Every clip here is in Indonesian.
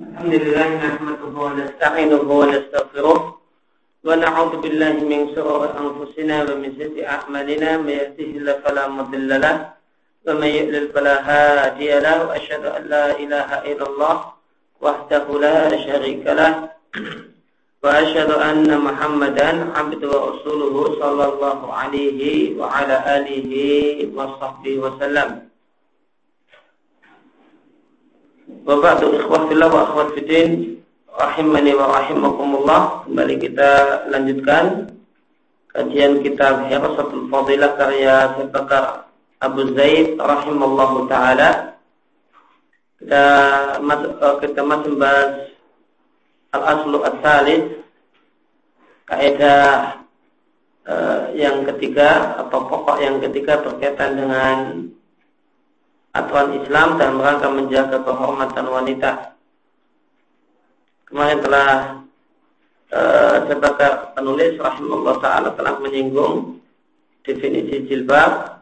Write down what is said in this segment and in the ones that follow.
Alhamdulillah nahmaduhu wa nasta'inuhu wa nastaghfiruh wa na'udzu billahi min shururi anfusina wa min sayyiati a'malina may yahdihillahu fala mudilla lahu wa may yudlil fala hadiya lahu. Asyhadu an la ilaha illallah wahdahu la syarika lahu wa asyhadu anna Muhammadan 'abduhu wa rasuluhu sallallahu alaihi wa ala alihi wa sahbihi wa sallam. Wa ba'du ikhwah fillah wa akhwat fiddin rahimani wa rahimakumullah. Kembali kita lanjutkan kajian kitab Hirasatul Fadilah karya Syekh Bakar Abu Zaid rahimallahu taala. Kita masih membahas al-aslu ats-tsalits, kaidah yang ketiga atau pokok yang ketiga berkaitan dengan aturan Islam dalam rangka menjaga kehormatan wanita. Kemarin telah sebagai penulis rahimahullah ta'ala telah menyinggung definisi jilbab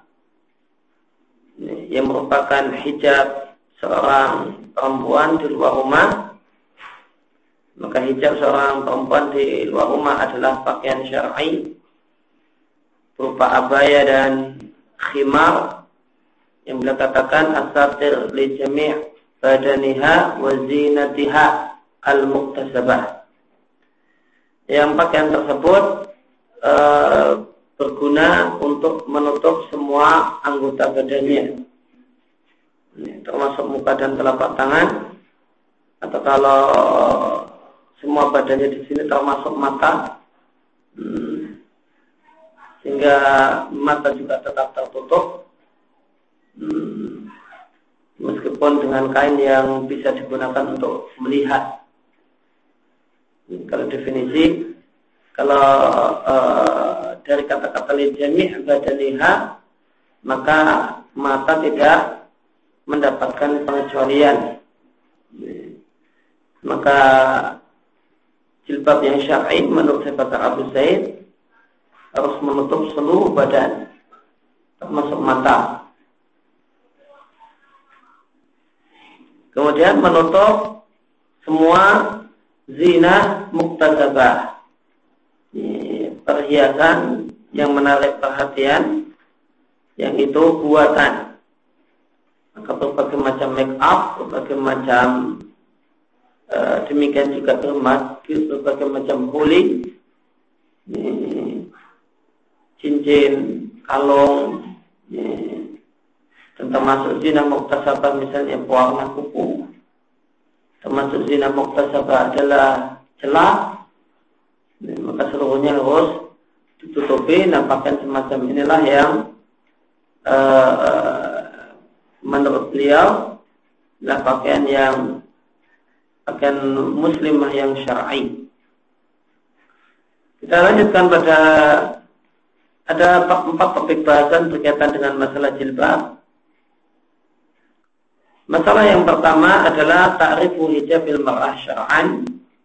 yang merupakan hijab seorang perempuan di luar rumah. Maka hijab seorang perempuan di luar rumah adalah pakaian syar'i berupa abaya dan khimar yang beliau katakan asatir li jami' badaniha wa zinatiha al-muktasabah. Yang pakaian tersebut berguna untuk menutup semua anggota badannya, termasuk muka dan telapak tangan, atau kalau semua badannya di sini termasuk mata, sehingga mata juga tetap tertutup. Meskipun dengan kain yang bisa digunakan untuk melihat. Kalau definisi, kalau dari kata-kata lijami' badaniha, maka mata tidak mendapatkan pengecualian. Maka jilbab yang syar'i menurut Syekh Bakar Abu Zaid harus menutup seluruh badan, termasuk mata. Kemudian menutup semua zina muktasabah, perhiasan yang menarik perhatian, yang itu buatan. Maka berbagai macam make up, berbagai macam demikian juga berbagai macam huling, cincin, kalung, dan termasuk zina muktasabah misalnya pewarna kuku. Termasuk zina muktasabah adalah celah, maka seluruhnya harus ditutupi. Nah, pakaian semacam inilah yang menurut beliau adalah pakaian muslimah yang syar'i. Kita lanjutkan pada ada 4 topik bahasan berkaitan dengan masalah jilbab. Masalah yang pertama adalah ta'rifu hijabil mar'ah syar'an.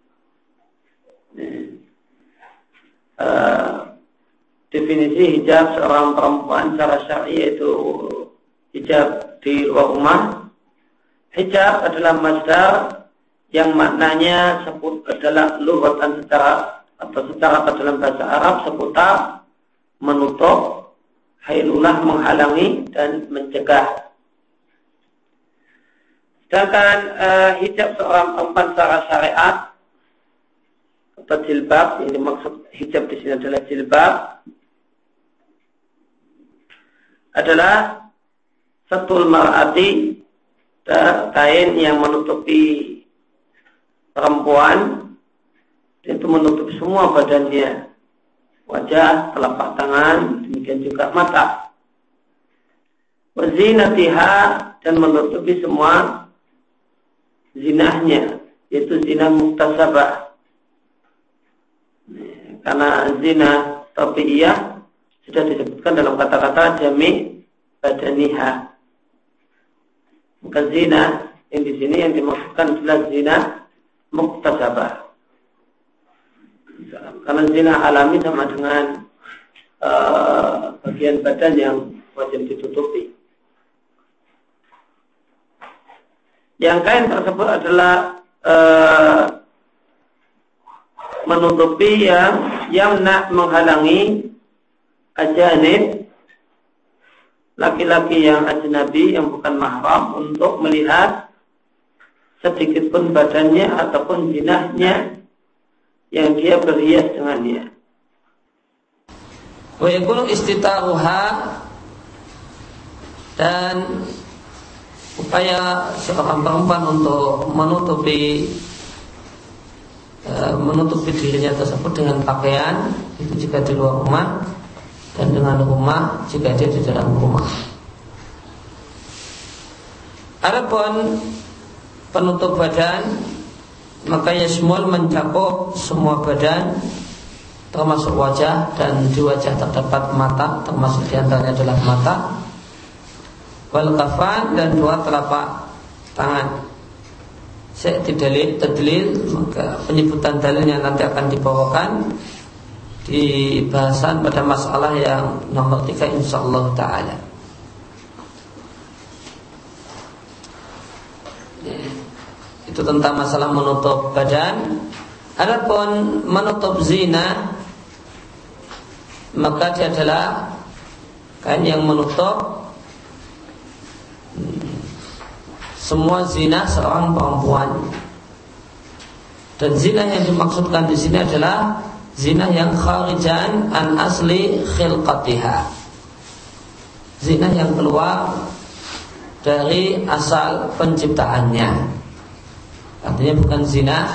Definisi hijab seorang perempuan secara syar'i yaitu hijab di luar rumah. Hijab adalah masdar yang maknanya adalah lughatan secara dalam bahasa Arab seputar menutup, hailulah menghalangi dan mencegah. Sedangkan hijab seorang perempuan secara syariat atau jilbab, ini maksud hijab di sini adalah jilbab, adalah satul mar'ati, kain yang menutupi perempuan, itu menutupi semua badannya, wajah, telapak tangan, demikian juga mata. Wazinatiha, dan menutupi semua zinahnya, yaitu zina muktasabah. Karena zina tabi'iyah sudah disebutkan dalam kata-kata jami' badaniha. Maka zina yang di sini yang dimaksudkan adalah zina muktasabah. Karena zina alami sama dengan bagian badan yang wajib ditutupi. Yang kain tersebut adalah menutupi yang menghalangi ajanib, laki-laki yang ajnabi yang bukan mahram untuk melihat sedikit pun badannya ataupun jinahnya yang dia berhias dengannya. Wa yakunu istitaruha, dan upaya seorang perempuan untuk menutupi dirinya tersebut dengan pakaian itu jika di luar rumah, dan dengan rumah jika dia di dalam rumah. Adapun penutup badan, maka yasmul mencakup semua badan termasuk wajah, dan di wajah terdapat mata, termasuk diantaranya adalah mata, wal kafan, dan dua telapak tangan. Saya tadlil, maka penyebutan dalilnya nanti akan dibawakan di bahasan pada masalah yang nomor 3 insyaallah ta'ala. Itu tentang masalah menutup badan. Adapun menutup zina, maka dia adalah kain yang menutup semua zina seorang perempuan. Dan zina yang dimaksudkan di sini adalah zina yang kharijan an asli khilqatiha, zina yang keluar dari asal penciptaannya. Artinya bukan zina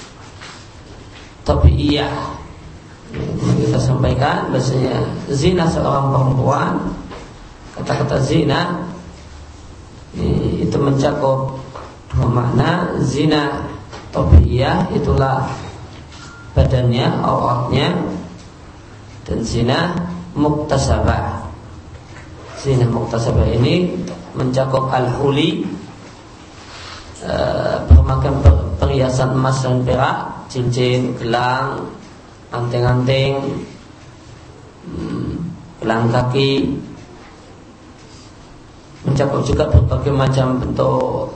tabi'iyah. Kita sampaikan bahasanya zina seorang perempuan, kata-kata zina itu mencakup dua makna. Zina tabi'iyah itulah badannya, auratnya, dan zina muktasabah. Zina muktasabah ini mencakup al-huli, bermakan perhiasan emas dan perak, cincin, gelang, anting-anting, gelang kaki. Mencakup juga berbagai macam bentuk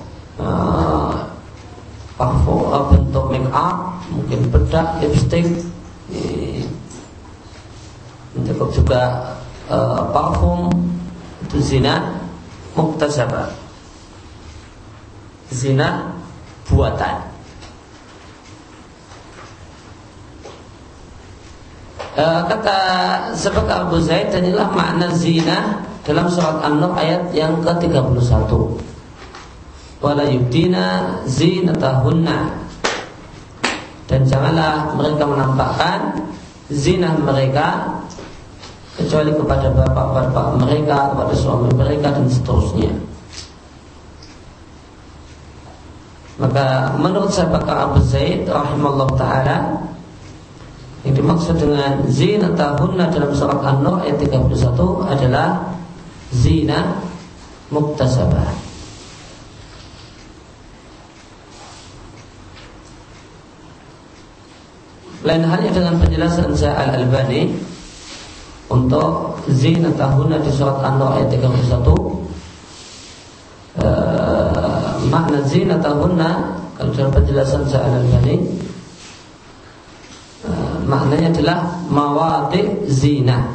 parfum, bentuk make up, mungkin bedak, lipstick. Mencakup juga parfum. Itu zina muktasabah, zina buatan. Kata Sahabat Abu Zaid, dan inilah makna zina dalam surat An-Nur ayat yang ke-31. Wala yubdina zinatahunna, dan janganlah mereka menampakkan zina mereka kecuali kepada bapak-bapak mereka, kepada suami mereka, dan seterusnya. Maka menurut Sahabat Abu Zaid rahimallahu ta'ala, yang dimaksud dengan zinatahunna dalam surat An-Nur ayat 31 adalah zina muktasabah. Lain halnya dengan penjelasan Syekh Al-Albani untuk zinatahunna di surat An-Nur ayat 31. Makna zinatahunna kalau dalam penjelasan Syekh Al-Albani, maknanya adalah mawadi' zina.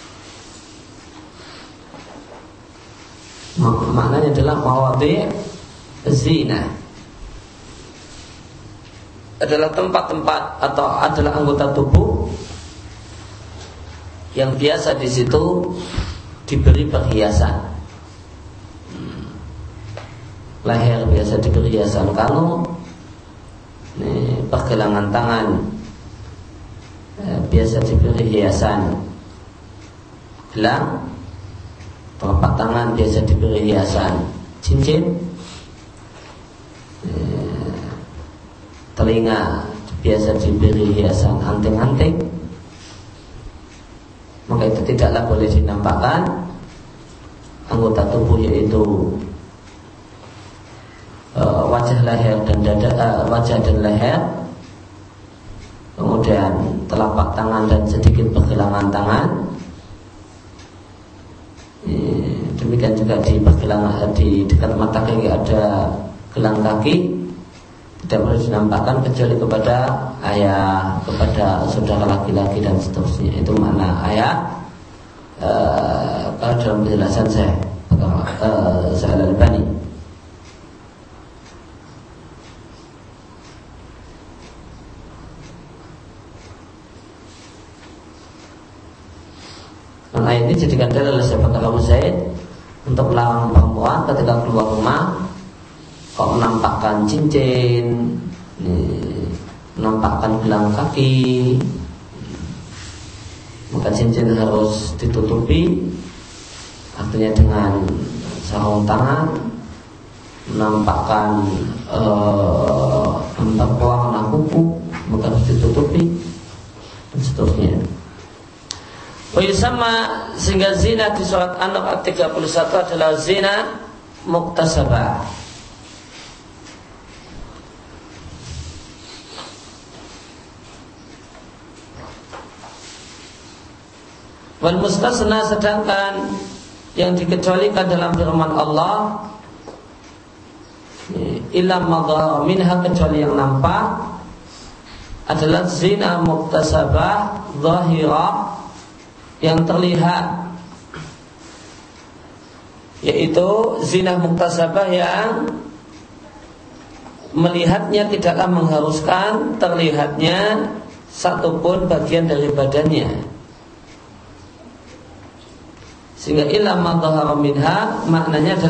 Maknanya adalah mawadi' zina, adalah tempat-tempat atau adalah anggota tubuh yang biasa di situ diberi perhiasan. Leher biasa diberi hiasan kalung, pergelangan tangan biasa diberi hiasan gelang, telapak tangan biasa diberi hiasan cincin, telinga biasa diberi hiasan anting-anting. Maka itu tidaklah boleh dinampakkan anggota tubuh, yaitu wajah, leher dan dada, wajah dan leher, kemudian telapak tangan dan sedikit pergelangan tangan. Demikian juga di pergelangan, di dekat mata kaki ada gelang kaki, tidak boleh dinampakkan kecuali kepada ayah, kepada saudara laki-laki dan seterusnya. Itu makna ayat. Kalau dalam penjelasan saya Al-Albani. Ayat ini jadikan dalil oleh sahabat Abu Zaid untuk melarang perempuan ketika keluar rumah kok menampakkan cincin, menampakkan gelang kaki, maka cincin harus ditutupi, artinya dengan sarung tangan, menampakkan warna kuku, maka harus ditutupi, dan seterusnya. Sama sehingga zina di surat An-Nur ayat 31 adalah zina muktasabah. Wal mustasna, sedangkan yang dikecualikan dalam firman Allah illa ma dhahara minha, kecuali yang nampak, adalah zina muktasabah zahirah, yang terlihat, yaitu zina muktasabah yang melihatnya tidaklah mengharuskan terlihatnya satupun bagian dari badannya. Sehingga illa ma dhahara minha maknanya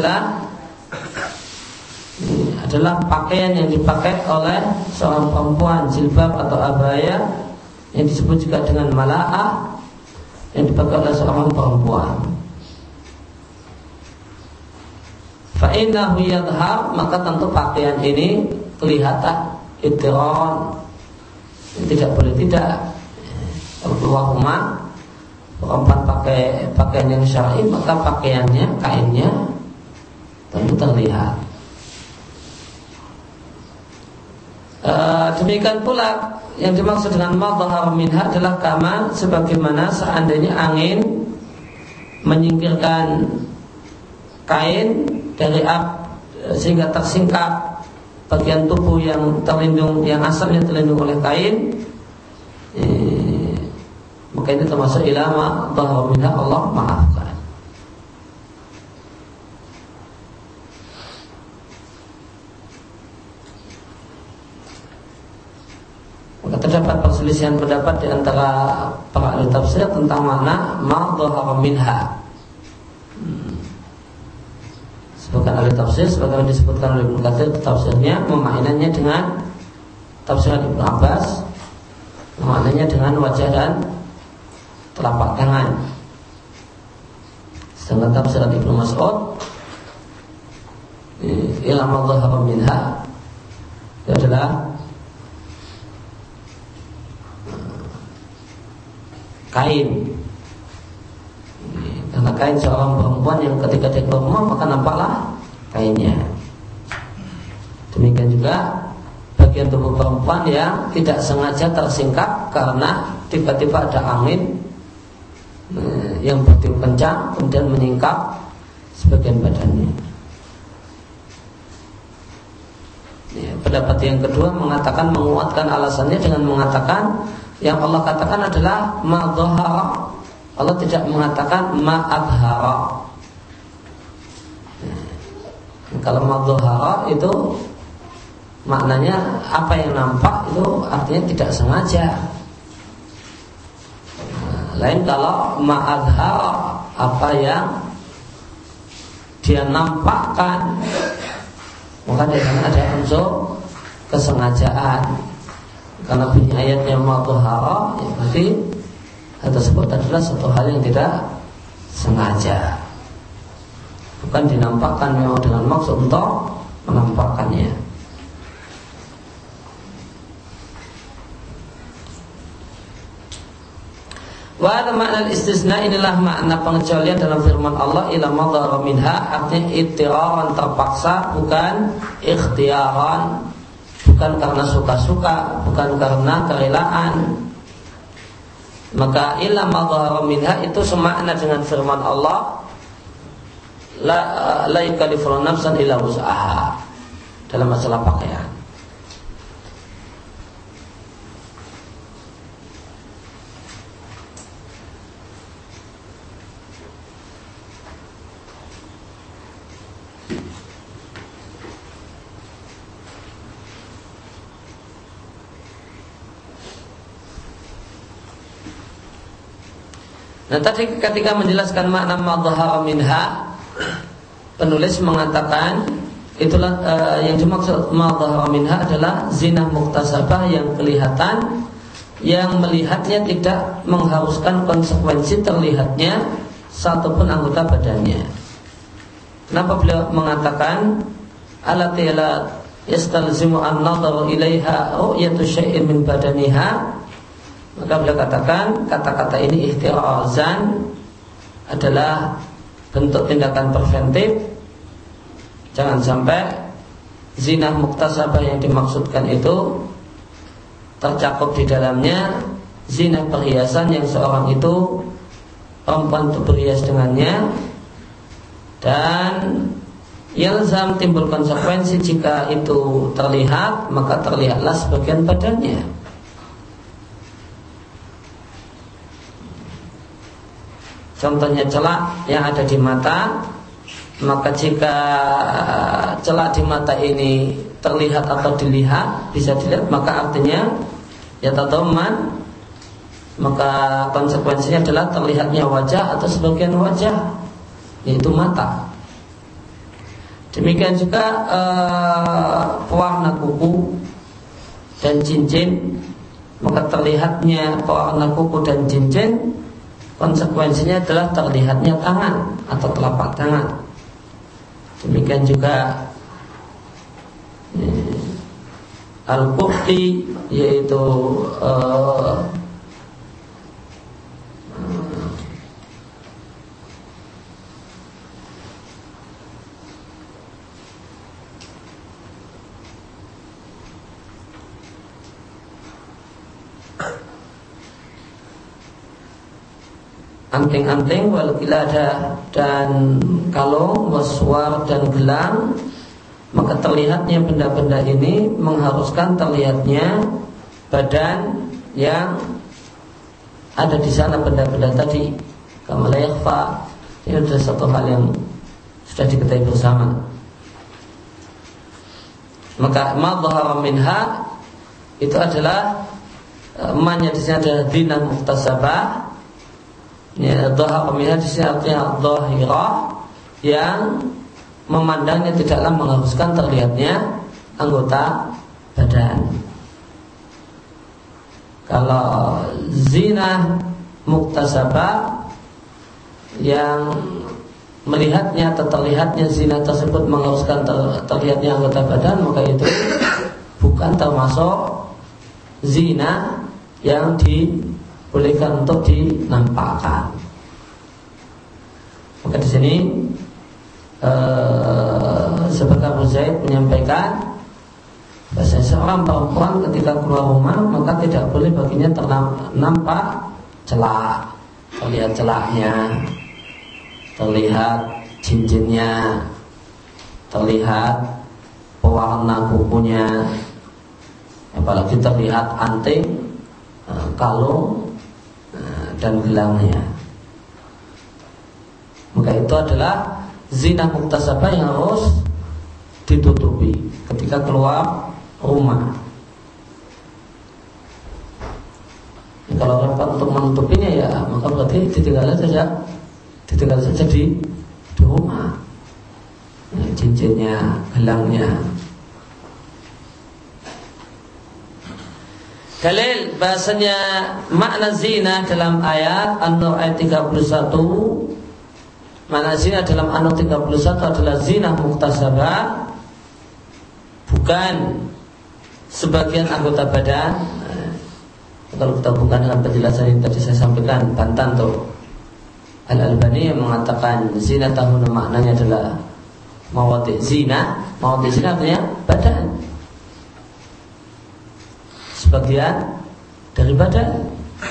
adalah pakaian yang dipakai oleh seorang perempuan, jilbab atau abaya, yang disebut juga dengan mala'ah, yang dipakai oleh seorang perempuan. Fa'innahu yadhhar, maka tentu pakaian ini kelihatan idhiraran, tidak boleh tidak. Kalau keluar rumah perempuan pakai pakaian yang syar'i, maka pakaiannya, kainnya tentu terlihat. Demikian pula yang dimaksud dengan madhhar minha adalah kama, sebagaimana seandainya angin menyingkirkan kain dari sehingga tersingkap bagian tubuh yang terlindung, yang asalnya terlindung oleh kain, maka ini termasuk ilama dhahara minha, Allah maafkan. Maka terdapat perselisihan pendapat di antara para ahli tafsir tentang makna ma dhahara minha. Sebagian ahli tafsir, sebagaimana disebutkan oleh Ibnu Katsir tafsirnya, memainannya dengan tafsiran Ibnu Abbas, memaknanya dengan wajah dan telapak tangan. Sedangkan tafsiran Ibnu Mas'ud ila ma dhahara minha itu adalah kain. Karena kain seorang perempuan yang ketika dia keluar rumah maka nampaklah kainnya. Demikian juga bagian tubuh perempuan yang tidak sengaja tersingkap karena tiba-tiba ada angin yang bertiup kencang kemudian menyingkap sebagian badannya. Pendapat yang kedua mengatakan, menguatkan alasannya dengan mengatakan yang Allah katakan adalah ma dhahara. Allah tidak mengatakan ma adhara. Kalau ma dhahara itu maknanya apa yang nampak, itu artinya tidak sengaja. Lain kalau ma adhara, apa yang dia nampakkan, maka di sana ada unsur kesengajaan. Karena bunyi ayatnya ma dhahara, ya berarti hal tersebut adalah satu hal yang tidak sengaja, bukan dinampakkan memang dengan maksud untuk menampakkannya. Wa ada makna istisna, inilah makna pengecualian dalam firman Allah ila ma dhahara minha, artinya ittiraran, terpaksa, bukan ikhtiaran, bukan karena suka-suka, bukan karena kerelaan. Maka illa ma dhahara minha itu semakna dengan firman Allah la yukallifu nafsan illa wus'aha dalam masalah pakaian. Nah tadi ketika menjelaskan makna ma dhahara minha, penulis mengatakan itulah yang dimaksud ma dhahara minha adalah zina muktasabah yang kelihatan, yang melihatnya tidak mengharuskan konsekuensi terlihatnya satupun anggota badannya. Kenapa beliau mengatakan allati la yastalzimu an-nadharu ilaiha ru'yatu syai'in min badaniha? Maka beliau katakan kata-kata ini ihtirazan adalah bentuk tindakan preventif. Jangan sampai zina muktasabah yang dimaksudkan itu tercakup di dalamnya zina perhiasan yang seorang itu perempuan itu berhias dengannya, dan yalzam timbul konsekuensi jika itu terlihat, maka terlihatlah sebagian badannya. Contohnya celak yang ada di mata, maka jika celak di mata ini terlihat atau dilihat, bisa dilihat, maka artinya ya tadamman, maka konsekuensinya adalah terlihatnya wajah atau sebagian wajah, yaitu mata. Demikian juga pewarna kuku dan cincin, maka terlihatnya pewarna kuku dan cincin, konsekuensinya adalah terlihatnya tangan atau telapak tangan. Demikian juga al-qufti, yaitu anting-anting wal qilada dan kalung, waswar dan gelang, maka terlihatnya benda-benda ini mengharuskan terlihatnya badan yang ada di sana benda-benda tadi. Kama la yakhfa, ini adalah satu hal yang sudah diketahui bersama. Maka ma dhahara minha itu adalah ma-nya di sini adalah zina muktasabah. Ya, dhahara minha di sini artinya dhahirah, yang memandangnya tidaklah mengharuskan terlihatnya anggota badan. Kalau zina muktasabah yang melihatnya atau terlihatnya zina tersebut mengharuskan terlihatnya anggota badan, maka itu bukan termasuk zina yang dibolehkan untuk dinampakkan. Maka di sini sebagai Abu Zaid menyampaikan bahwa seorang perempuan ketika keluar rumah maka tidak boleh baginya ternampak celak, terlihat celaknya, terlihat cincinnya, terlihat pewarna kukunya, apalagi terlihat anting, kalung dan gelangnya. Maka itu adalah zina muktasabah yang harus ditutupi ketika keluar rumah. Kalau repot untuk menutupinya, ya maka berarti ditinggal saja di rumah, ya, cincinnya, gelangnya. Dalil bahasanya makna zina dalam ayat An-Nur ayat 31, makna zina dalam An-Nur 31 adalah zina muktasabah, bukan sebagian anggota badan. Kalau kita bukan dengan penjelasan yang tadi saya sampaikan, Bantan tuh Al-Albani yang mengatakan zina tahun maknanya adalah mawadi zina. Mawadi zina artinya badan, sebagian dari badan.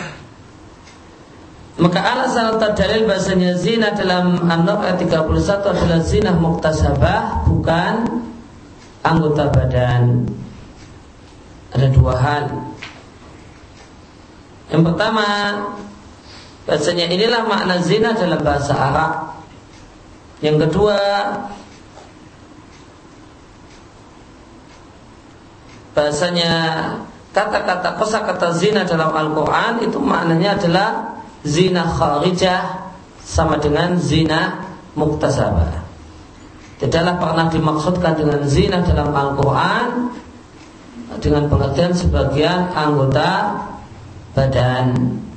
Maka alasan atau dalil bahasanya zina dalam An-Nur ayat 31 adalah zina muktasabah, bukan anggota badan. Ada dua hal. Yang pertama, bahasanya inilah makna zina dalam bahasa Arab. Yang kedua, bahasanya kata-kata kosakata zina dalam Al-Quran itu maknanya adalah zina kharijah sama dengan zina muktasabah. Tidaklah pernah dimaksudkan dengan zina dalam Al-Quran dengan pengertian sebagian anggota badan.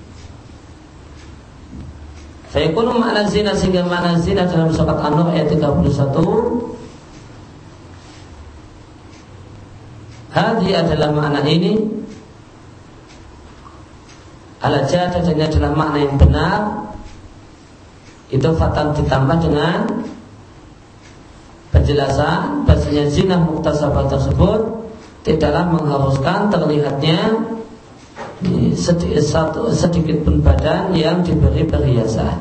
Fayakunu makna zina, sehingga makna zina dalam surat An-Nur ayat 31, hadhi adalah makna ini, al-jadah adalah makna yang benar, itu fatan ditambah dengan penjelasan bahasanya zina muktasabah tersebut tidaklah mengharuskan terlihatnya sedikit pun badan yang diberi perhiasan.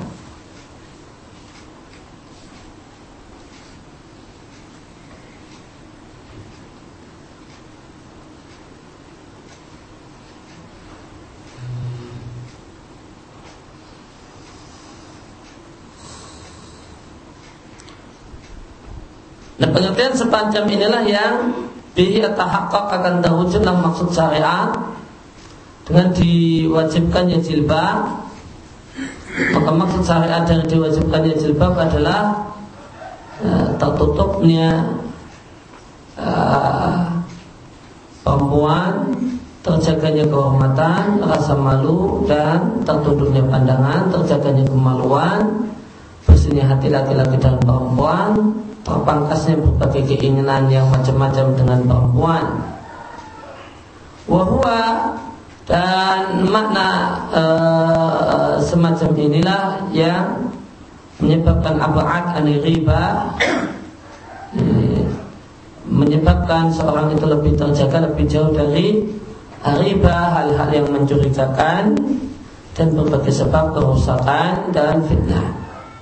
Nah, pengertian sepanjang inilah yang bihi tahaqqaq akan terwujudlah maksud syariat dengan diwajibkannya jilbab. Maka maksud syariat dari diwajibkannya jilbab adalah tertutupnya perempuan, terjaganya kehormatan, rasa malu dan tertunduknya pandangan, terjaganya kemaluan, bersihnya hati laki-laki dan perempuan, terpangkasnya berbagai keinginan yang macam-macam dengan perempuan. Wahwa, dan makna semacam inilah yang menyebabkan ab'ad anil riba, menyebabkan seorang itu lebih terjaga, lebih jauh dari riba, hal-hal yang mencurigakan dan berbagai sebab kerusakan dan fitnah.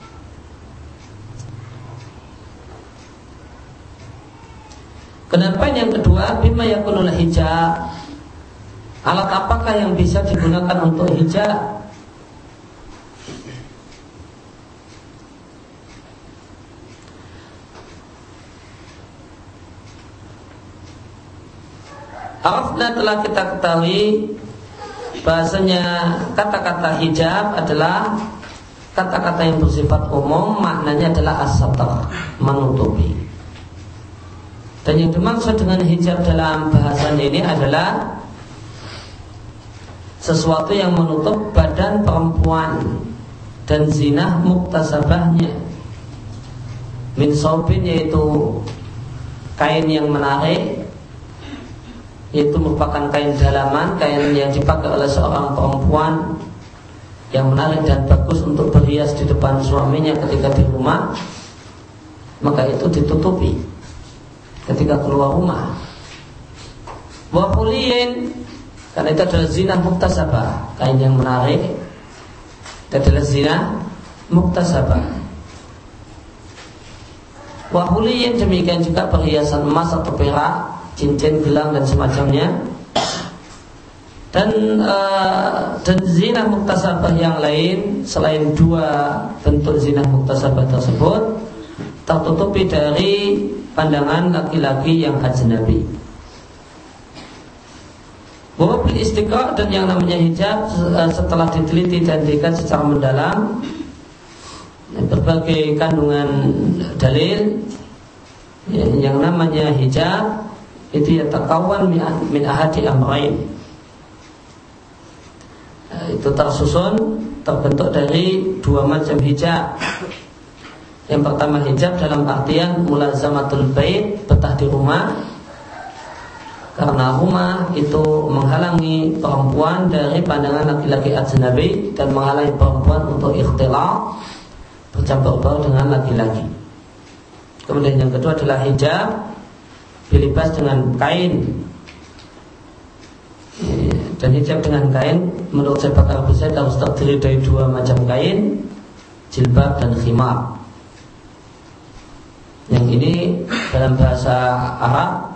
Kenapa yang kedua, bima yakunul hijab, alat apakah yang bisa digunakan untuk hijab? Arafna, telah kita ketahui bahasanya kata-kata hijab adalah kata-kata yang bersifat umum, maknanya adalah as-satar, menutupi. Dan yang dimaksud dengan hijab dalam bahasan ini adalah sesuatu yang menutup badan perempuan dan zinah muktasabahnya. Min saubin, yaitu kain yang menarik, yaitu merupakan kain dalaman, kain yang dipakai oleh seorang perempuan yang menarik dan bagus untuk berhias di depan suaminya ketika di rumah, maka itu ditutupi ketika keluar rumah. Wa huliyin, karena itu adalah zina muktasabah, kain yang menarik itu adalah zina muktasabah. Wa huliyin, demikian juga perhiasan emas atau perak, cincin, gelang dan semacamnya. Dan zina muktasabah yang lain selain dua bentuk zina muktasabah tersebut tertutupi dari pandangan laki-laki yang ajnabi. Wabil istiqra, dan yang namanya hijab setelah diteliti dan dikaji secara mendalam berbagai kandungan dalil, yang namanya hijab itu yatakawan min ahadi amrain, itu terbentuk dari dua macam hijab. Yang pertama hijab dalam artian mulazamatul bait, betah di rumah, karena rumah itu menghalangi perempuan dari pandangan laki-laki ajnabi dan menghalangi perempuan untuk ikhtilat, bercampur baur dengan laki-laki. Kemudian yang kedua adalah hijab dilibas dengan kain. Dan hijab dengan kain menurut Syekh Bakar Abu Zaid harus terdiri dari dua macam kain, jilbab dan khimar. Yang ini dalam bahasa Arab,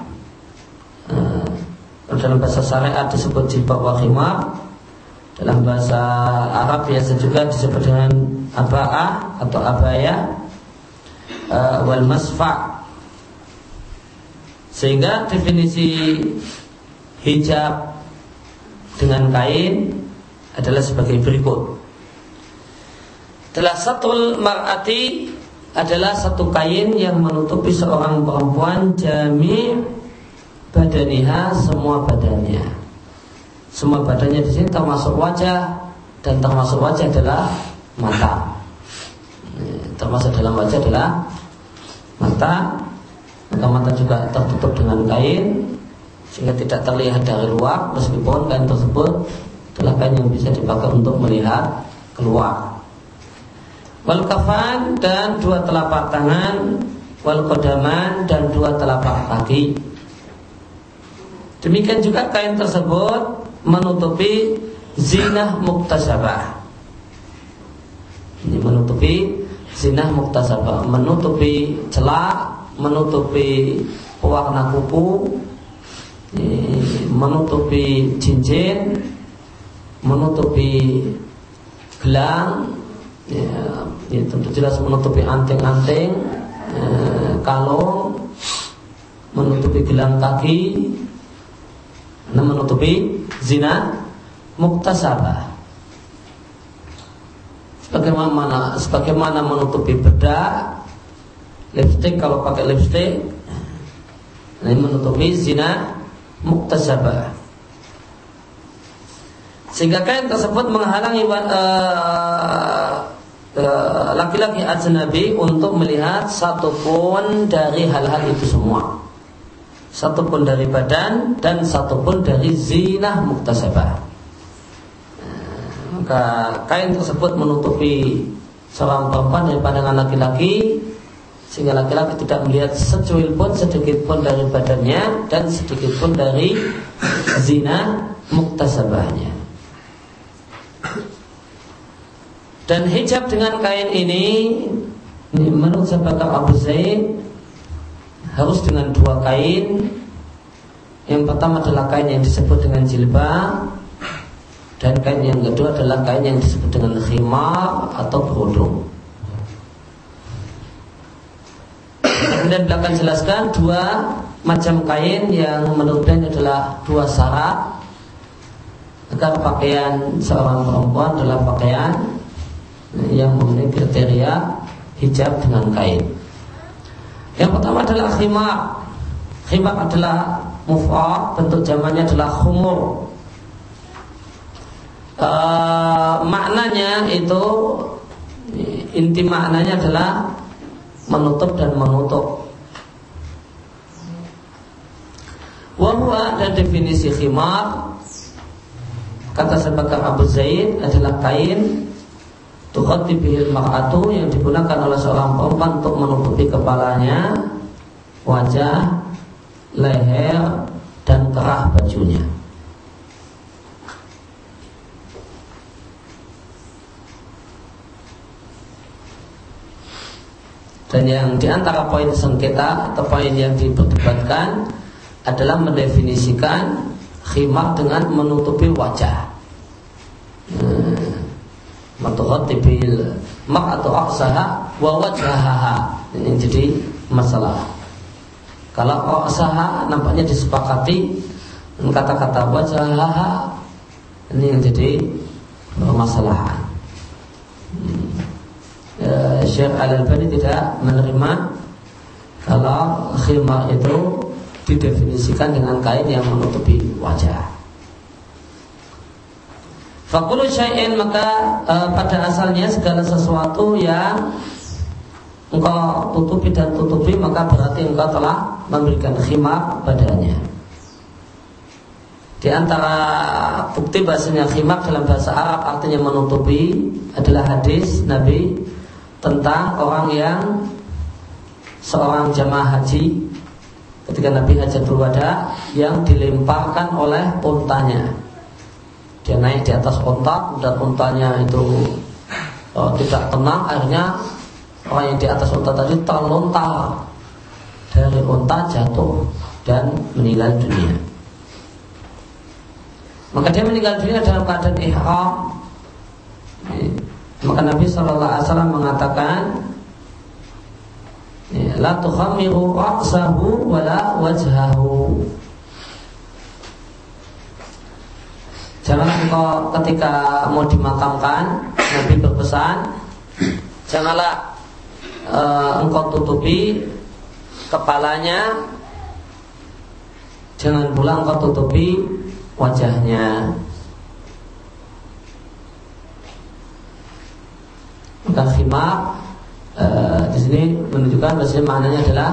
dalam bahasa syariat disebut jilbab wa khimar. Dalam bahasa Arab biasa juga disebut dengan aba'ah atau abaya wal masfa'. Sehingga definisi hijab dengan kain adalah sebagai berikut. adalah satul mar'ati, adalah satu kain yang menutupi seorang perempuan jami' badaniha, semua badannya. Semua badannya di sini termasuk wajah, dan termasuk wajah adalah mata. Termasuk dalam wajah adalah mata. Maka mata juga tertutup dengan kain sehingga tidak terlihat dari luar, meskipun kain tersebut adalah kain yang bisa dipakai untuk melihat keluar. Wal kafan, dan dua telapak tangan. Wal qadaman, dan dua telapak kaki. Demikian juga kain tersebut menutupi zinah muktasabah. Ini menutupi zinah muktasabah, menutupi celak, menutupi pewarna kuku, menutupi cincin, menutupi gelang, ya tentu jelas menutupi anting-anting, kalung, menutupi gelang kaki, menutupi zina muktasabah. Sebagaimana menutupi bedak, lipstik kalau pakai lipstik, ini menutupi zina muktasabah. Sehingga kain tersebut menghalangi laki-laki ajnabi untuk melihat satupun dari hal-hal itu semua, satupun dari badan dan satupun dari zinah muktasabah. Maka kain tersebut menutupi seorang perempuan dari pandangan laki-laki, sehingga laki-laki tidak melihat secuil pun, sedikit pun dari badannya dan sedikit pun dari zina muktasabahnya. Dan hijab dengan kain ini menurut Abu Bakar Abu Zaid harus dengan dua kain. Yang pertama adalah kain yang disebut dengan jilbab, dan kain yang kedua adalah kain yang disebut dengan khimar atau kerudung. Kemudian beliau akan jelaskan dua macam kain yang menurutnya adalah dua syarat agar pakaian seorang perempuan adalah pakaian yang memenuhi kriteria hijab dengan kain. Yang pertama adalah khimar. Khimar adalah mufrad, bentuk jamannya adalah khumur. Maknanya itu, inti maknanya adalah menutup dan menutup. Wahwa, dan definisi khimar kata Bakar Abu Zaid adalah kain tukhatti bihil mar'atu, yang digunakan oleh seorang perempuan untuk menutupi kepalanya, wajah, leher, dan kerah bajunya. Dan yang diantara poin sengketa atau poin yang diperdebatkan adalah mendefinisikan khimar dengan menutupi wajah. Matukhatibil mar'atu aqsaha wa wajhaha. Ini jadi masalah. Kalau aqsaha nampaknya disepakati, dan kata-kata wajhaha ini yang jadi permasalahan. Syekh Al-Albani tidak menerima kalau khimar itu didefinisikan dengan kain yang menutupi wajah. Fakulu syai'in, maka pada asalnya segala sesuatu yang engkau tutupi dan tutupi, maka berarti engkau telah memberikan khimar padanya. Di antara bukti bahasanya khimar dalam bahasa Arab artinya menutupi adalah hadis Nabi tentang orang yang seorang jamaah haji ketika Nabi Hajjatul Wada yang dilemparkan oleh untanya. Dia naik di atas unta dan untanya itu tidak tenang, akhirnya orang yang di atas unta tadi terlontar dari unta, jatuh dan meninggal dunia. Maka dia meninggal dunia dalam keadaan ihram. Maka Nabi SAW mengatakan, la tukhamiru ra'sahu wala wajhahu. Jangan engkau ketika mau dimakamkan, Nabi berpesan, janganlah engkau tutupi kepalanya, jangan pula engkau tutupi wajahnya. Maka khimar di sini menunjukkan bahwasanya maknanya adalah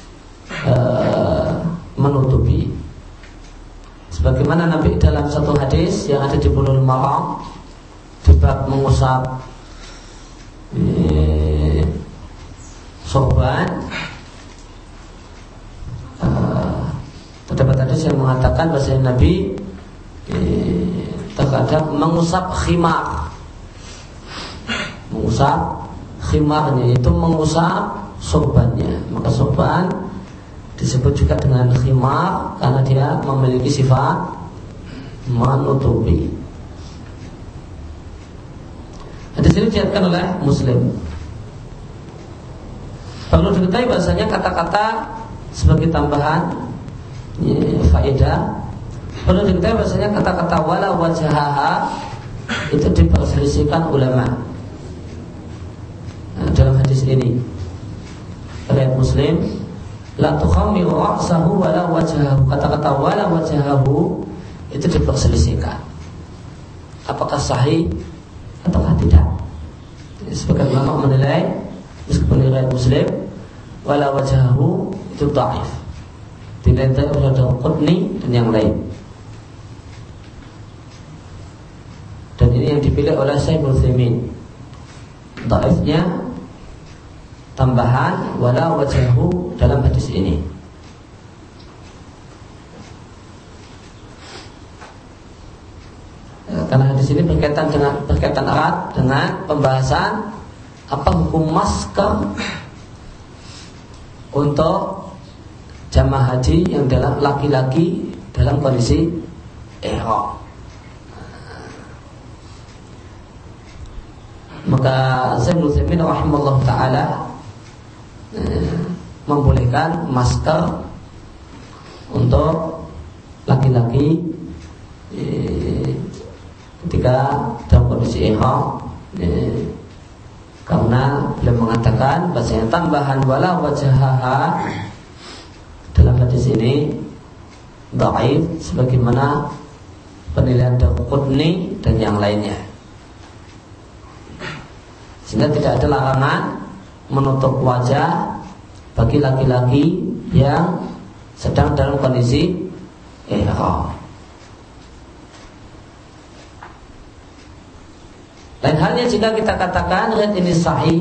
menutupi. Sebagaimana Nabi dalam satu hadis yang ada di Bulughul Maram di bab mengusap sorban, terdapat hadis yang mengatakan bahwasanya Nabi terkadang mengusap khimar. Mengusap khimarnya itu mengusap sorbannya. Maka sorban disebut juga dengan khimar karena dia memiliki sifat menutupi. Hadis ini diriwayatkan oleh Muslim. Perlu diketahui bahasanya kata-kata sebagai tambahan faedah. Perlu diketahui bahasanya kata-kata wala wajahaha itu diperselisihkan ulama. Dalam hadis ini riwayat Muslim, la tukhammiru ra'sahu wala wajhahu. Kata-kata wala wajhahu itu diperselisihkan apakah sahih ataukah tidak. Sebagian ulama menilai meskipun riwayat Muslim wala wajhahu itu dhaif, dinilai oleh Daraqutni dan yang lain. Dan ini yang dipilih oleh Syaikh Utsaimin. Dhaifnya tambahan wala wajhahu dalam hadis ini. Karena hadis ini berkaitan erat dengan pembahasan apa hukum masker untuk jamaah haji yang dalam laki-laki dalam kondisi ihram. Maka Syaikh Utsaimin rahimahullah taala membolehkan masker untuk laki-laki ketika dalam kondisi ihram, karena beliau mengatakan bahasanya tambahan wala wajahaha dalam hadis ini dhaif sebagaimana penilaian Daraqutni dan yang lainnya. Sehingga tidak ada larangan menutup wajah bagi laki-laki yang sedang dalam kondisi ihram. Lain halnya jika kita katakan riwayat ini sahih,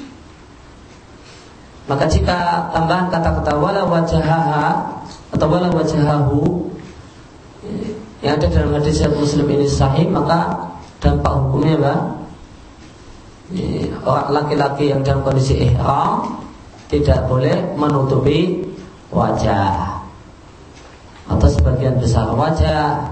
maka jika tambahan kata-kata wala wajahaha atau wala wajahahu yang ada dalam hadis Muslim ini sahih, maka dampak hukumnya apa? Orang laki-laki yang dalam kondisi ihram tidak boleh menutupi wajah atau sebagian besar wajah.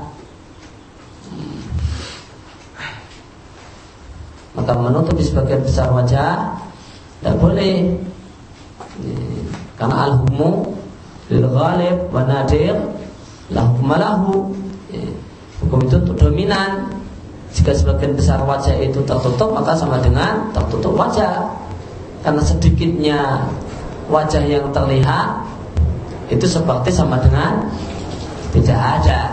Maka menutupi sebagian besar wajah tidak boleh, karena al-hukmu lil ghalib wa nadir la hukma lahu. Hukum itu untuk dominan. Jika sebagian besar wajah itu tertutup, maka sama dengan tertutup wajah. Karena sedikitnya wajah yang terlihat itu seperti sama dengan tidak ada.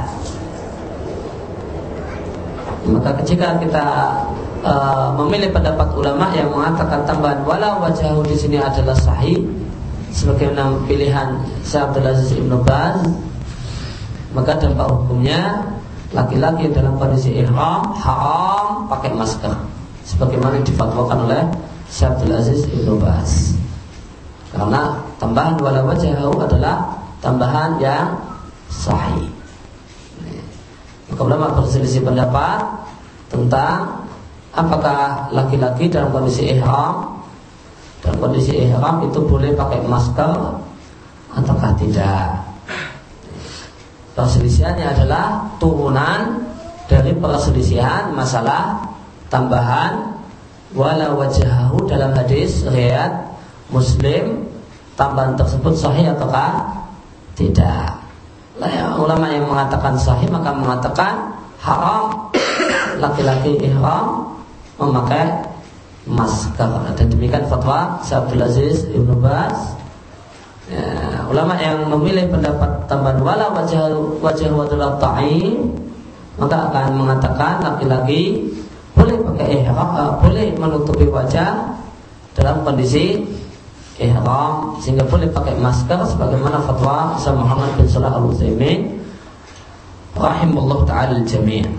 Maka ketika kita memilih pendapat ulama yang mengatakan tambahan wala wajahu di sini adalah sahih, sebagaimana pilihan Syekh Abdul Aziz Ibn Baz, maka dampak hukumnya laki-laki dalam kondisi ihram haram pakai masker, sebagaimana difatwakan oleh Syekh Abdul Aziz Ibn Baz. Karena tambahan wala wajahu adalah tambahan yang sahih. Maka ulama berselisih pendapat tentang apakah laki-laki dalam kondisi ihram itu boleh pakai masker ataukah tidak. Perselisihannya adalah turunan dari perselisihan masalah tambahan wala wajahahu dalam hadis riwayat Muslim. Tambahan tersebut sahih ataukah tidak. Ulama yang mengatakan sahih maka mengatakan haram laki-laki ihram memakai masker. Dan demikian fatwa Abdul Aziz Ibnu Baz. Ulama yang memilih pendapat tambahan wala wajah wadul ta'im, maka akan mengatakan laki-laki boleh pakai ihram, boleh menutupi wajah dalam kondisi ihram, sehingga boleh pakai masker sebagaimana fatwa Syekh Muhammad bin Shalih Al-Utsaimin rahimahullah ta'ala al-jami'.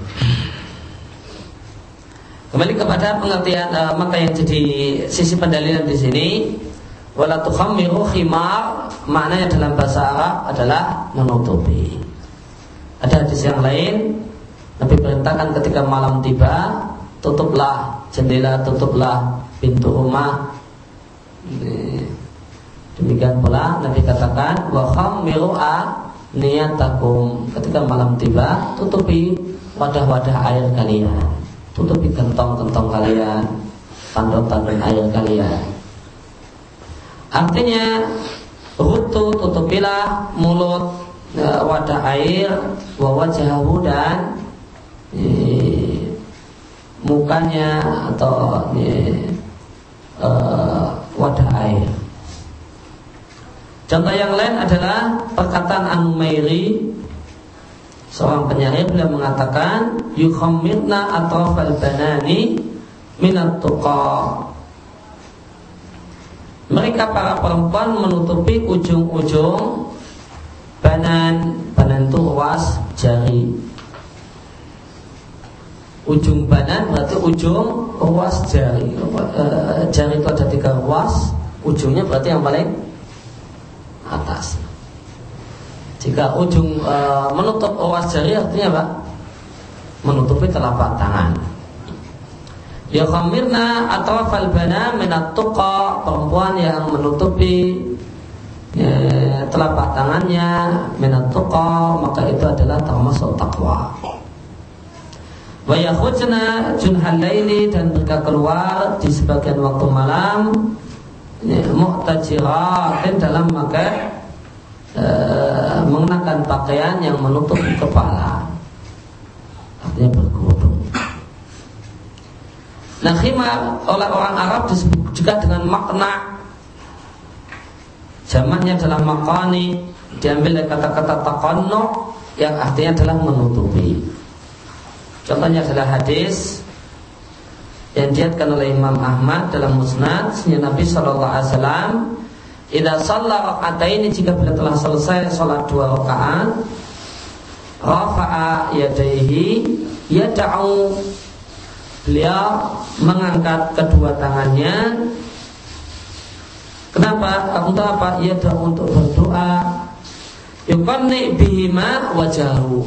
Kembali kepada pengertian maka yang jadi sisi pendalilan di sini, wala tukhammiru khimar, maknanya dalam bahasa Arab adalah menutupi. Ada hadis yang lain, Nabi perintahkan ketika malam tiba, tutuplah jendela, tutuplah pintu rumah. Demikian pula Nabi katakan wa khammiru niyatakum, ketika malam tiba tutupi wadah-wadah air kalian, tutupi kantong-kantong kalian, tandon-tandon air kalian. Artinya tutupilah mulut, wadah air, wa wajahu, dan mukanya atau wadah air. Contoh yang lain adalah perkataan An-Numairi, seorang penyair, beliau mengatakan yukhammirna atrafal banani minat tuqa. Mereka para perempuan menutupi ujung-ujung banan itu ruas jari. Ujung banan berarti ujung ruas jari. Jari itu ada 3 ruas, ujungnya berarti yang paling atas. Jika ujung menutup ruas jari artinya apa? Menutupi telapak tangan. Ya khamirna atrafal bana minat tuqa, perempuan yang menutupi telapak tangannya minat tuqa, maka itu adalah termasuk takwa. Wa yakhujna junhal laili, dan mereka keluar di sebagian waktu malam mu'tajiratin, dalam memakai mengenakan pakaian yang menutup kepala, artinya berkerudung. Nah, khimar oleh orang Arab disebut juga dengan makna, jamaknya adalah makani, diambil dari kata-kata taqannu yang artinya adalah menutupi. Contohnya adalah hadis yang diriwayatkan oleh Imam Ahmad dalam Musnad, Nabi sallallahu alaihi wasallam idza shalla rak'ataini, jika beliau telah selesai salat 2 rakaat, rafa'a yadayhi, yad'u, beliau mengangkat kedua tangannya. Kenapa? Untuk apa? Yad'u, untuk berdoa. Yuqanni bihima wajahu,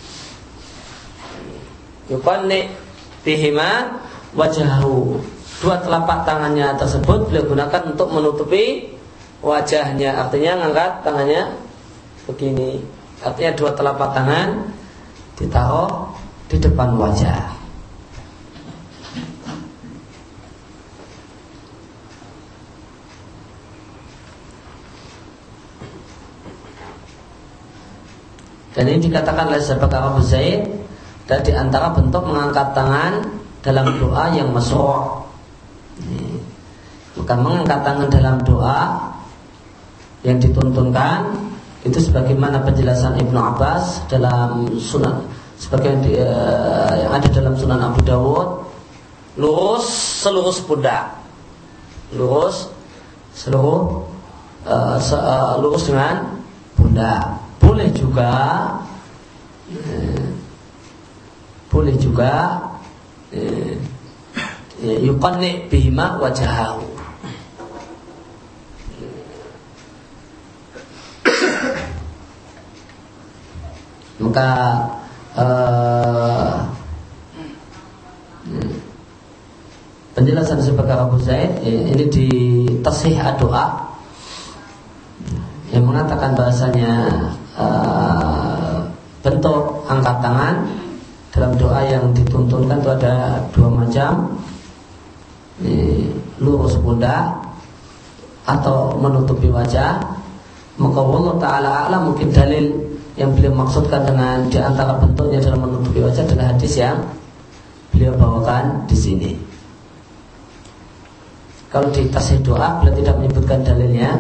yuqanni bihima wajahu, 2 telapak tangannya tersebut beliau gunakan untuk menutupi wajahnya. Artinya ngangkat tangannya begini, artinya 2 telapak tangan ditaruh di depan wajah. Dan ini dikatakan oleh sahabat Abu Zaid, dan di antara bentuk mengangkat tangan dalam doa yang masyru'. Bukan mengangkat tangan dalam doa yang dituntunkan, itu sebagaimana penjelasan Ibnu Abbas dalam Sunan, sebagian yang ada dalam Sunan Abu Dawud, lurus seluruh pundak, lurus seluruh lurus dengan pundak. Boleh juga yuqanni bihima wajahahu. Maka penjelasan sebagai Abu Zaid ini di Tashih ad-Du'a yang mengatakan bahasanya bentuk angkat tangan dalam doa yang dituntunkan itu ada 2 macam, lurus pundak atau menutupi wajah. Maka Allah Ta'ala a'lam, mungkin dalil yang beliau maksudkan dengan di antara bentuknya dalam menutupi wajah adalah hadis yang beliau bawakan di sini. kalau di tasih doa beliau tidak menyebutkan dalilnya.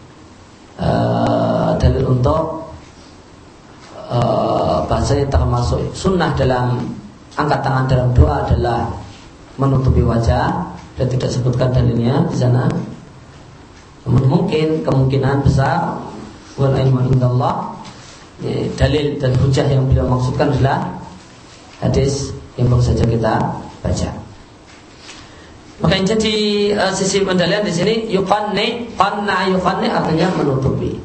Dalil untuk bahasanya termasuk sunnah dalam angkat tangan dalam doa adalah menutupi wajah, dan tidak sebutkan dalilnya di sana. Namun mungkin kemungkinan besar wal ilmu indallah, dalil dan hujah yang beliau maksudkan adalah hadis yang baru saja kita baca. Maka yang jadi sisi pendalian di sini yuqanni, qanna yuqanni artinya menutupi.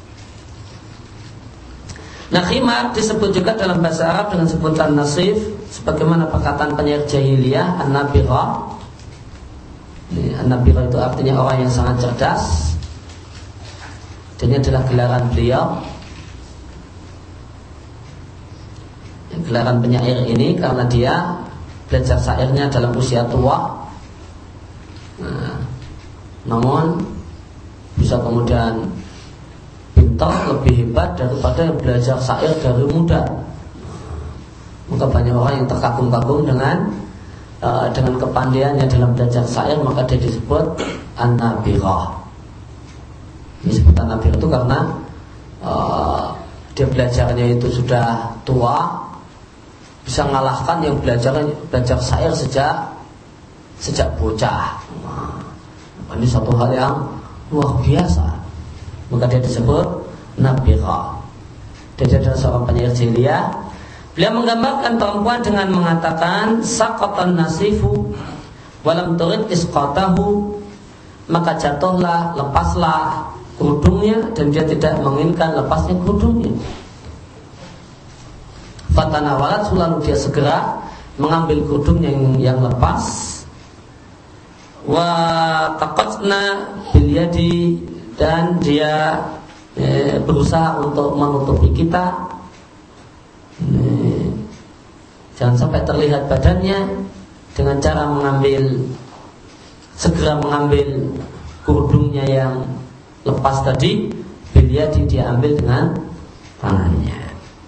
Nah, khimar disebut juga dalam bahasa Arab dengan sebutan nasif, sebagaimana perkataan penyair jahiliyah an-nabira. An-nabira itu artinya orang yang sangat cerdas. Dan ini adalah gelaran beliau. Gelaran penyair ini karena dia belajar syairnya dalam usia tua. Namun bisa kemudian pintar, lebih hebat daripada yang belajar syair dari muda. Maka banyak orang yang terkagum-kagum dengan kepandaiannya dalam belajar syair, maka dia disebut an-nabirah. Disebut an-nabirah itu karena dia belajarnya itu sudah tua, bisa mengalahkan yang belajar syair sejak bocah. Ini satu hal yang luar biasa. Maka dia disebut nabira. Dia adalah seorang penyair jahiliyah. Beliau menggambarkan perempuan dengan mengatakan saqatan nasifu walam turid isqatahu, maka jatuhlah, lepaslah kerudungnya, dan dia tidak menginginkan lepasnya kerudungnya. Fatanawalat, lalu dia segera mengambil kerudungnya yang lepas. Wa taqatna bil yadi, dan dia berusaha untuk menutupi kita. Jangan sampai terlihat badannya, dengan cara segera mengambil kerudungnya yang lepas tadi. Bil yadi, dia ambil dengan tangannya.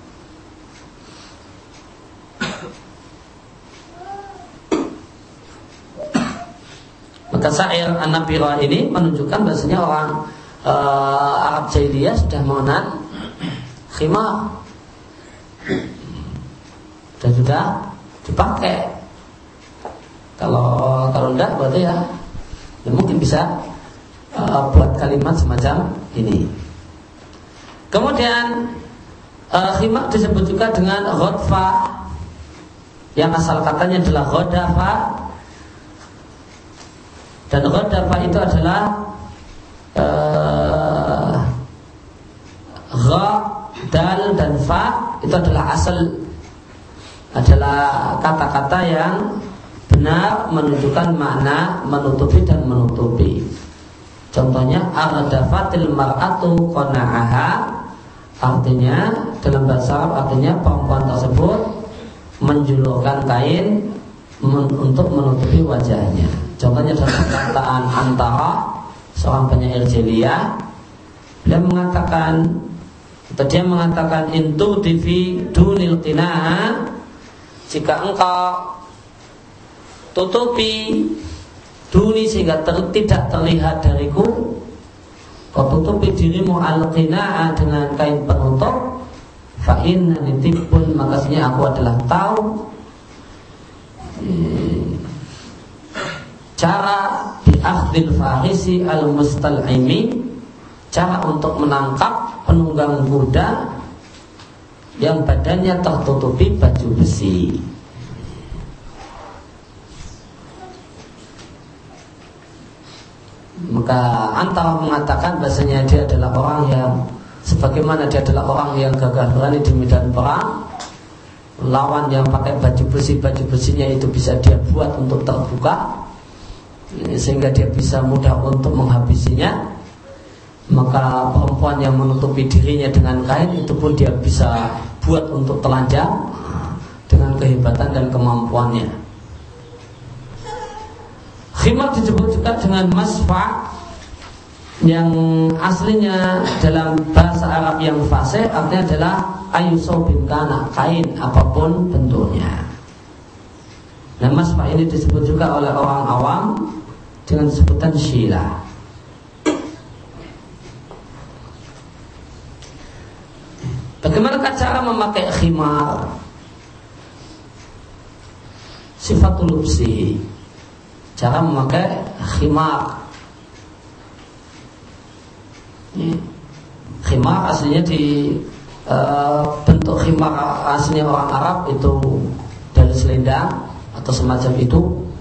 Maka syair an-nabirah ini menunjukkan bahasanya orang Arab jahiliyah sudah mengenal khimar dan sudah dipakai. Kalau enggak berarti ya mungkin bisa buat kalimat semacam ini. Kemudian khimar disebut juga dengan ghadfa, yang asal katanya adalah ghadafa. Dan ghadafa itu adalah gha, dal dan fa, itu adalah kata-kata yang benar menunjukkan makna menutupi dan menutupi. Contohnya ardafatil mar'atu qana'aha, artinya dalam bahasa Arab artinya perempuan tersebut menjulurkan kain untuk menutupi wajahnya. Contohnya dalam perkataan antara seorang penyair jahiliyah, dia mengatakan intu divi dunil qina'a, jika engkau tutupi duni sehingga tidak terlihat dariku, kau tutupi dirimu al-qina'a dengan kain penutup, fa inna nitibun, makasihnya aku adalah tahu cara bi'akhdil farisi al-mustal'imi, cara untuk menangkap penunggang kuda yang badannya tertutupi baju besi. Maka antara mengatakan bahasanya dia adalah orang yang sebagaimana dia adalah orang yang gagah berani di medan perang, lawan yang pakai baju besinya itu bisa dia buat untuk terbuka sehingga dia bisa mudah untuk menghabisinya. Maka perempuan yang menutupi dirinya dengan kain itu pun dia bisa buat untuk telanjang dengan kehebatan dan kemampuannya. Khimar disebut juga dengan masfa, yang aslinya dalam bahasa Arab yang fasih artinya adalah ayusobin kana, kain apapun bentuknya. Nah, masfa ini disebut juga oleh orang awam dengan sebutan syila. Bagaimana cara memakai khimar? Sifatul lubsi, cara memakai khimar. Khimar aslinya di bentuk khimar aslinya orang Arab itu dari selendang atau semacam itu.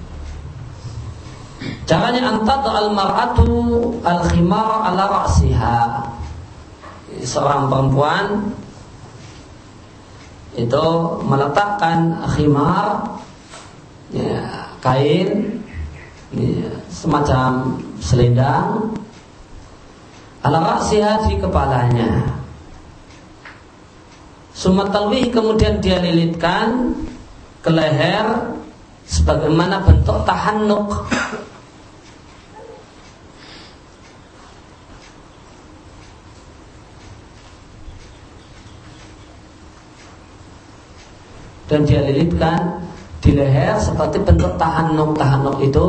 Caranya antad al-mar'atu al-khimar ala ra'siha. Seorang perempuan itu meletakkan khimar, ya, kain, ya, semacam selendang ala ra'siha, di kepalanya. Sumatalwih, kemudian dia lilitkan ke leher sebagaimana bentuk tahannuk. Dan dia lilitkan di leher seperti bentuk tahannuk. Tahannuk itu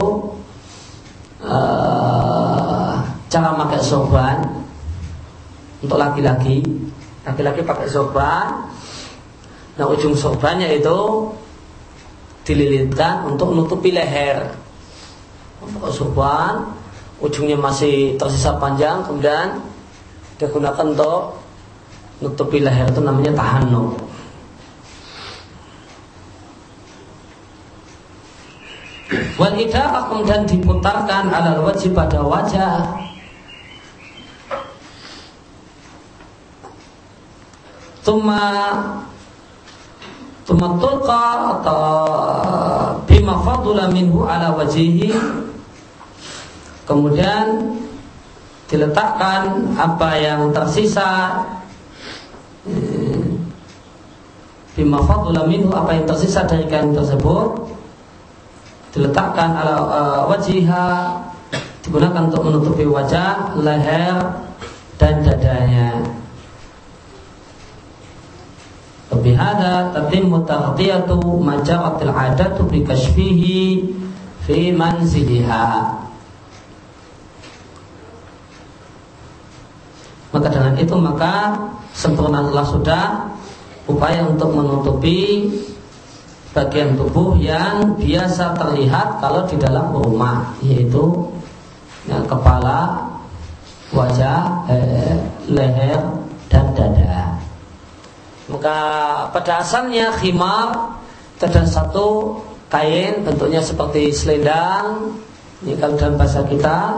cara pakai sorban untuk laki-laki. Laki-laki pakai sorban. Nah, ujung sorbannya itu dililitkan untuk menutupi leher. Untuk sorban, ujungnya masih tersisa panjang, kemudian digunakan untuk menutupi leher, itu namanya tahannuk. Wal idaqah, kemudian diputarkan alal wajib, pada wajah. Tuma tulqa atau bima fadula minhu ala wajhihi, kemudian diletakkan apa yang tersisa, bima fadula minhu, apa yang tersisa dari kain tersebut, diletakkan ala wajhiha, digunakan untuk menutupi wajah, leher, dan dadanya. Bihada tatimmu taghtiyatu majaratil adatu bi kashfihi fi manziliha. Maka dengan itu maka sempurnalah sudah upaya untuk menutupi bagian tubuh yang biasa terlihat kalau di dalam rumah, yaitu ya, kepala, wajah, leher, dan dada. Maka pada asalnya khimar itu adalah satu kain bentuknya seperti selendang, ini kalau dalam bahasa kita,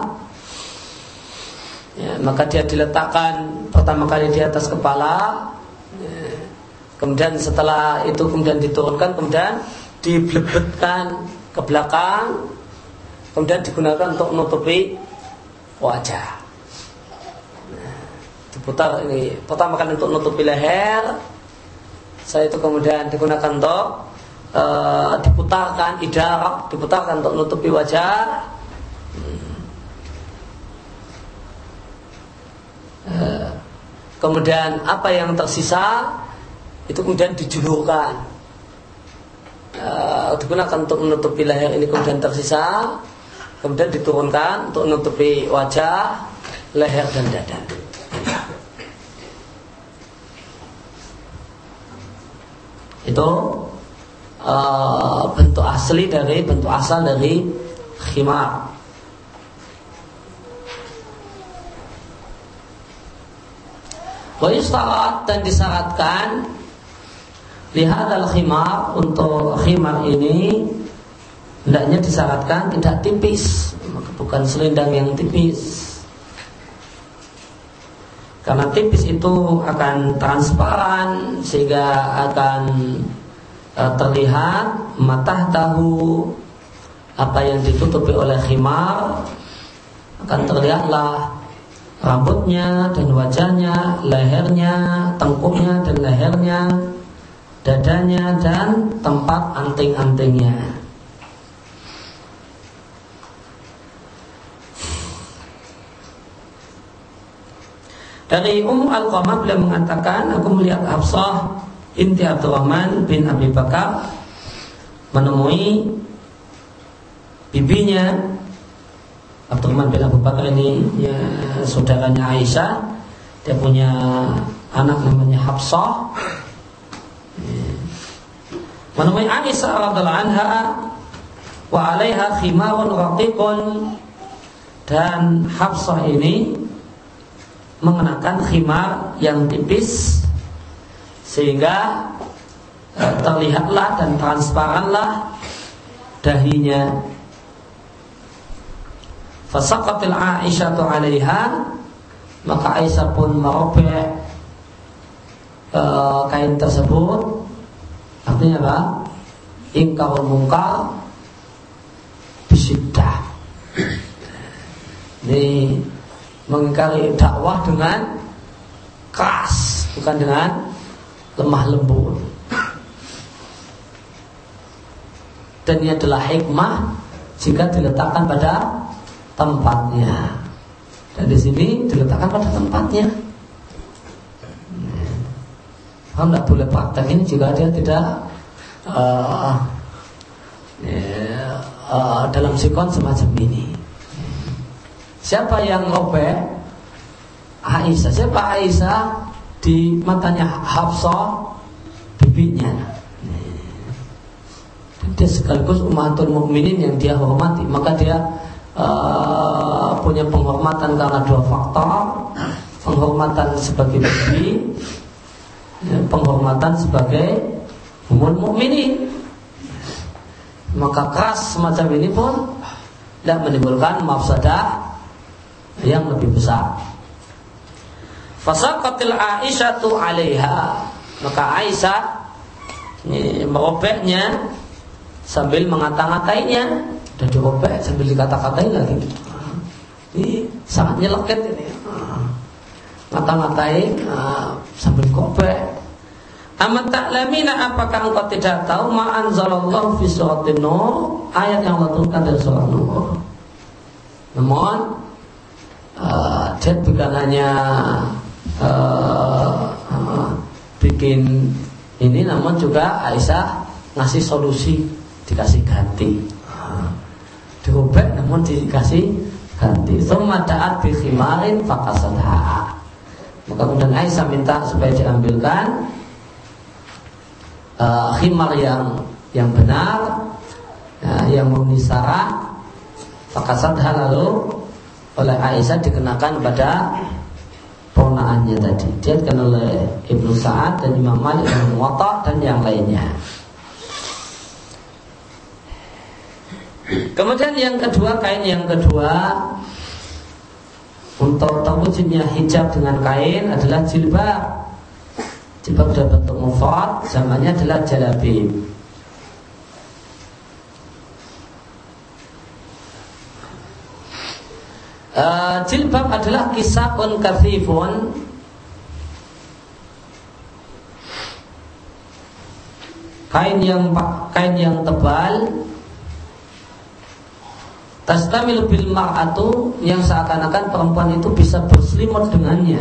ya, maka dia diletakkan pertama kali di atas kepala, ya, kemudian setelah itu kemudian diturunkan, kemudian diblebetkan ke belakang, kemudian digunakan untuk menutupi wajah. Nah, diputar ini pertama kali untuk menutupi leher. Saya itu kemudian digunakan untuk diputarkan idarak, diputarkan untuk menutupi wajah. Kemudian apa yang tersisa itu kemudian dijulurkan, digunakan untuk menutupi leher ini, kemudian tersisa, kemudian diturunkan untuk menutupi wajah, leher, dan dada. Itu bentuk asal dari khimar. Wa yustarat, dan disyaratkan lihadal khimar, untuk khimar ini hendaknya disyaratkan tidak tipis, bukan selendang yang tipis. Karena tipis itu akan transparan sehingga akan terlihat matah tahu, apa yang ditutupi oleh khimar, akan terlihatlah rambutnya dan wajahnya, lehernya, tengkuknya dan lehernya, dadanya dan tempat anting-antingnya. Dari Al-Qamah beliau mengatakan, aku melihat Hafsah binti Abdurrahman bin Abi Bakar menemui bibinya Abdurrahman bin Abu Bakar ini ya, saudaranya Aisyah. Dia punya anak namanya Hafsah. Menemui Aisyah radhiyallahu anha wa 'alaiha khimarun raqiqun, dan Hafsah ini mengenakan khimar yang tipis sehingga terlihatlah dan transparanlah dahinya. Fasaqatil Aisyatu 'alaiha, maka Aisyah pun merobek kain tersebut. Artinya apa? Ingkarul munkar bisyiddah. Ini mengingkari dakwah dengan keras, bukan dengan lemah lembut. Dan ini adalah hikmah jika diletakkan pada tempatnya. Dan di sini diletakkan pada tempatnya. Kamu tidak boleh praktek ini jika dia tidak dalam sikon semacam ini. Siapa yang robek? Aisyah. Siapa Aisyah? Di matanya Hafsah, bibinya. Dan dia sekaligus ummatul mukminin yang dia hormati. Maka dia punya penghormatan karena dua faktor. Penghormatan sebagai bibi, penghormatan sebagai ummul mukminin. Maka keras semacam ini pun tidak menimbulkan mafsadah yang lebih besar. Fasaqatil Aisyatu 'alaiha, maka Aisyah merobeknya sambil mengata-ngatainya. Dan dirobek sambil dikata-katain lagi. Ini sangat nyeleket ini. Ngata-ngatain sambil robek. Amat ta'lamina, apakah engkau tidak tahu ma anzalallahu fi suratin Nur, ayat yang Allah turunkan dari surah Nur. Namun dia bukan hanya bikin ini, namun juga Aisyah ngasih solusi, dikasih ganti. Dirobek namun dikasih ganti. Tsumma da'at bi khimarin faqasadha. Maka kemudian Aisyah minta supaya diambilkan khimar yang benar, yang memenuhi syarat. Faqasadha, lalu oleh Aisyah dikenakan pada ponaannya tadi. Dia dikenal oleh Ibnu Sa'ad dan Imam Malik dan Muwatta dan yang lainnya. Kemudian yang kedua, kain yang kedua untuk terwujudnya hijab dengan kain adalah jilbab. Jilbab dalam bentuk mufrad, zamannya adalah jalabib. Jilbab adalah kisahun kathifun, kain yang tebal. Tastamil bil mar'atu, yang seakan-akan perempuan itu bisa berselimut dengannya.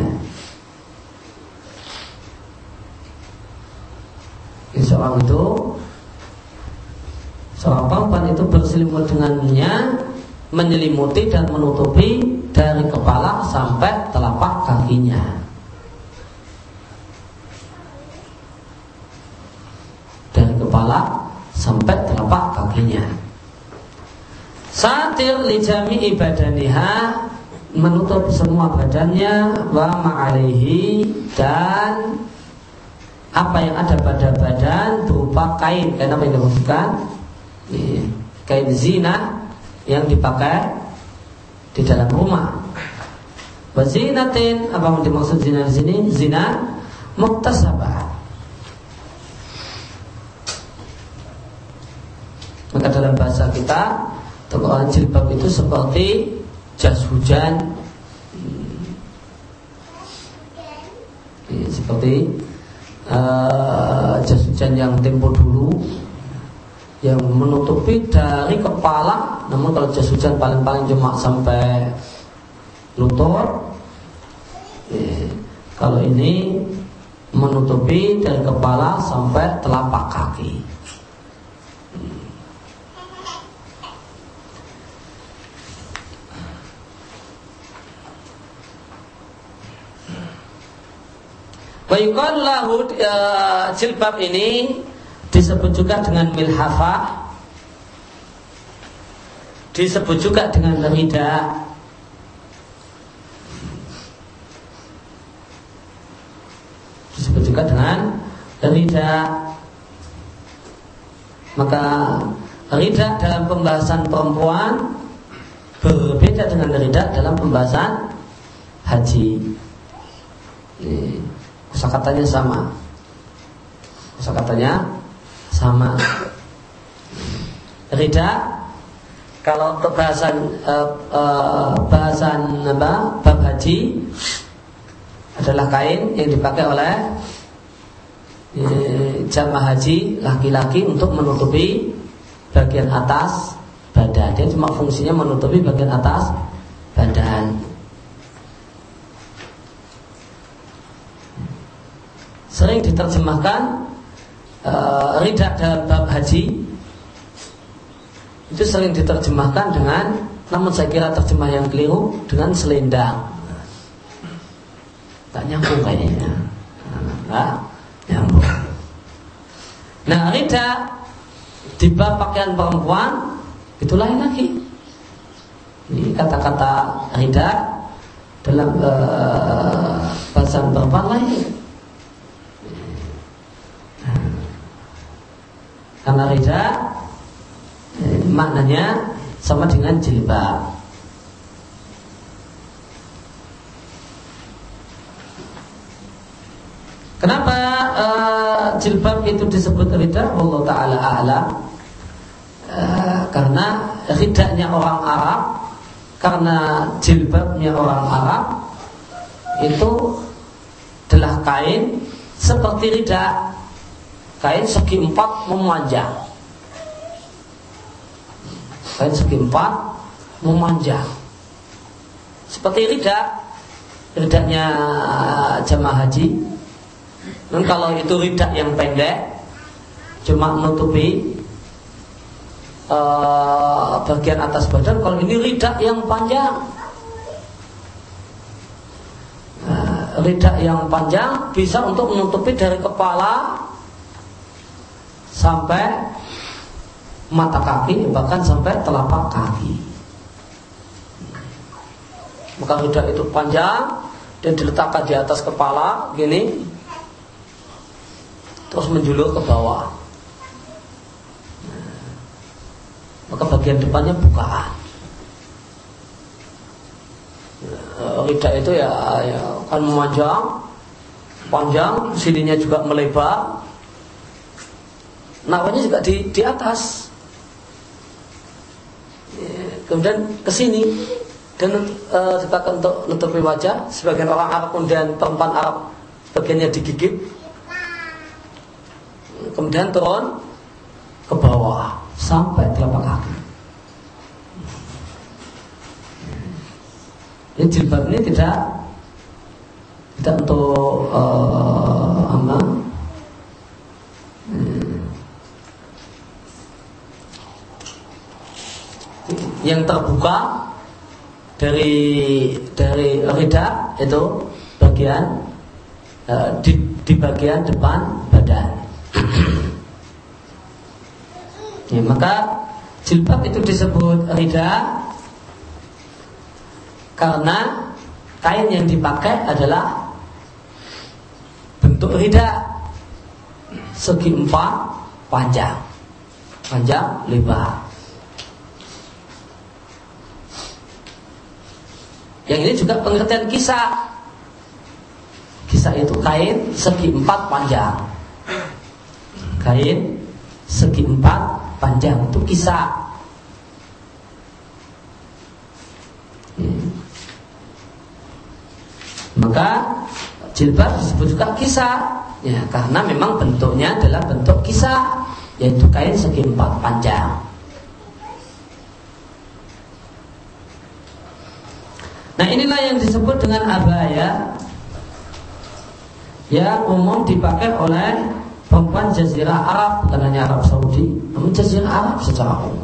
Seorang perempuan itu berselimut dengannya, menyelimuti dan menutupi dari kepala sampai telapak kakinya. Dari kepala sampai telapak kakinya. Satir li jami'i badaniha, menutup semua badannya, wa ma'alaihi, dan apa yang ada pada badan berupa kain. Kain apa yang dimaksudkan? Kain zina yang dipakai di dalam rumah. Wa zinatin, apa yang dimaksud zina di sini? Zina muktasabah. Maka dalam bahasa kita, jilbab itu seperti jas hujan, seperti jas hujan yang tempo dulu, yang menutupi dari kepala. Namun kalau jas hujan paling-paling cuma sampai lutut. Kalau ini menutupi dari kepala sampai telapak kaki. Wa yuqalu lahu, jilbab ini disebut juga dengan milhafah, disebut juga dengan rida. Disebut juga dengan rida. Maka rida dalam pembahasan perempuan berbeda dengan rida dalam pembahasan haji. Kosakatanya sama. Rida kalau untuk bahasan bab haji adalah kain yang dipakai oleh jamaah haji laki-laki untuk menutupi bagian atas badan. Dia cuma fungsinya menutupi bagian atas badan. Sering diterjemahkan rida dalam bab haji itu sering diterjemahkan dengan, namun saya kira terjemah yang keliru, dengan selendang. Tak nyambung kayaknya. Nyambung. Nah, rida di bab pakaian perempuan itu lain lagi. Ini kata-kata rida dalam bahasan perempuan lain. Karena rida maknanya sama dengan jilbab. Kenapa jilbab itu disebut rida? Allah Ta'ala a'lam. Karena ridanya orang Arab, karena jilbabnya orang Arab itu adalah kain seperti rida, kain segi empat memanjang. Kain segi empat memanjang seperti ridanya jamaah haji. Dan kalau itu rida yang pendek, cuma menutupi bagian atas badan. Kalau ini rida yang panjang, rida yang panjang bisa untuk menutupi dari kepala sampai mata kaki, bahkan sampai telapak kaki. Maka rida itu panjang dan diletakkan di atas kepala gini, terus menjulur ke bawah. Maka bagian depannya bukaan. Rida itu ya kan memanjang, panjang, sininya juga melebar, nawanya juga di atas. Kemudian ke sini dan dipakai untuk menutupi wajah. Sebagian orang Arab kemudian perempuan Arab bagiannya digigit, kemudian turun ke bawah sampai telapak kaki. Jadi jilbab ini tidak untuk yang terbuka dari rida itu bagian di bagian depan badan. Ya, maka jilbab itu disebut rida karena kain yang dipakai adalah bentuk rida, segi empat, panjang lebar. Yang ini juga pengertian kisah. Kisah itu kain segi empat panjang. Kain segi empat panjang itu kisah. Maka jilbab disebut juga kisah, ya, karena memang bentuknya adalah bentuk kisah, yaitu kain segi empat panjang. Nah, inilah yang disebut dengan abaya, yang umum dipakai oleh perempuan Jazirah Arab, bukan hanya Arab Saudi, namun Jazirah Arab secara umum.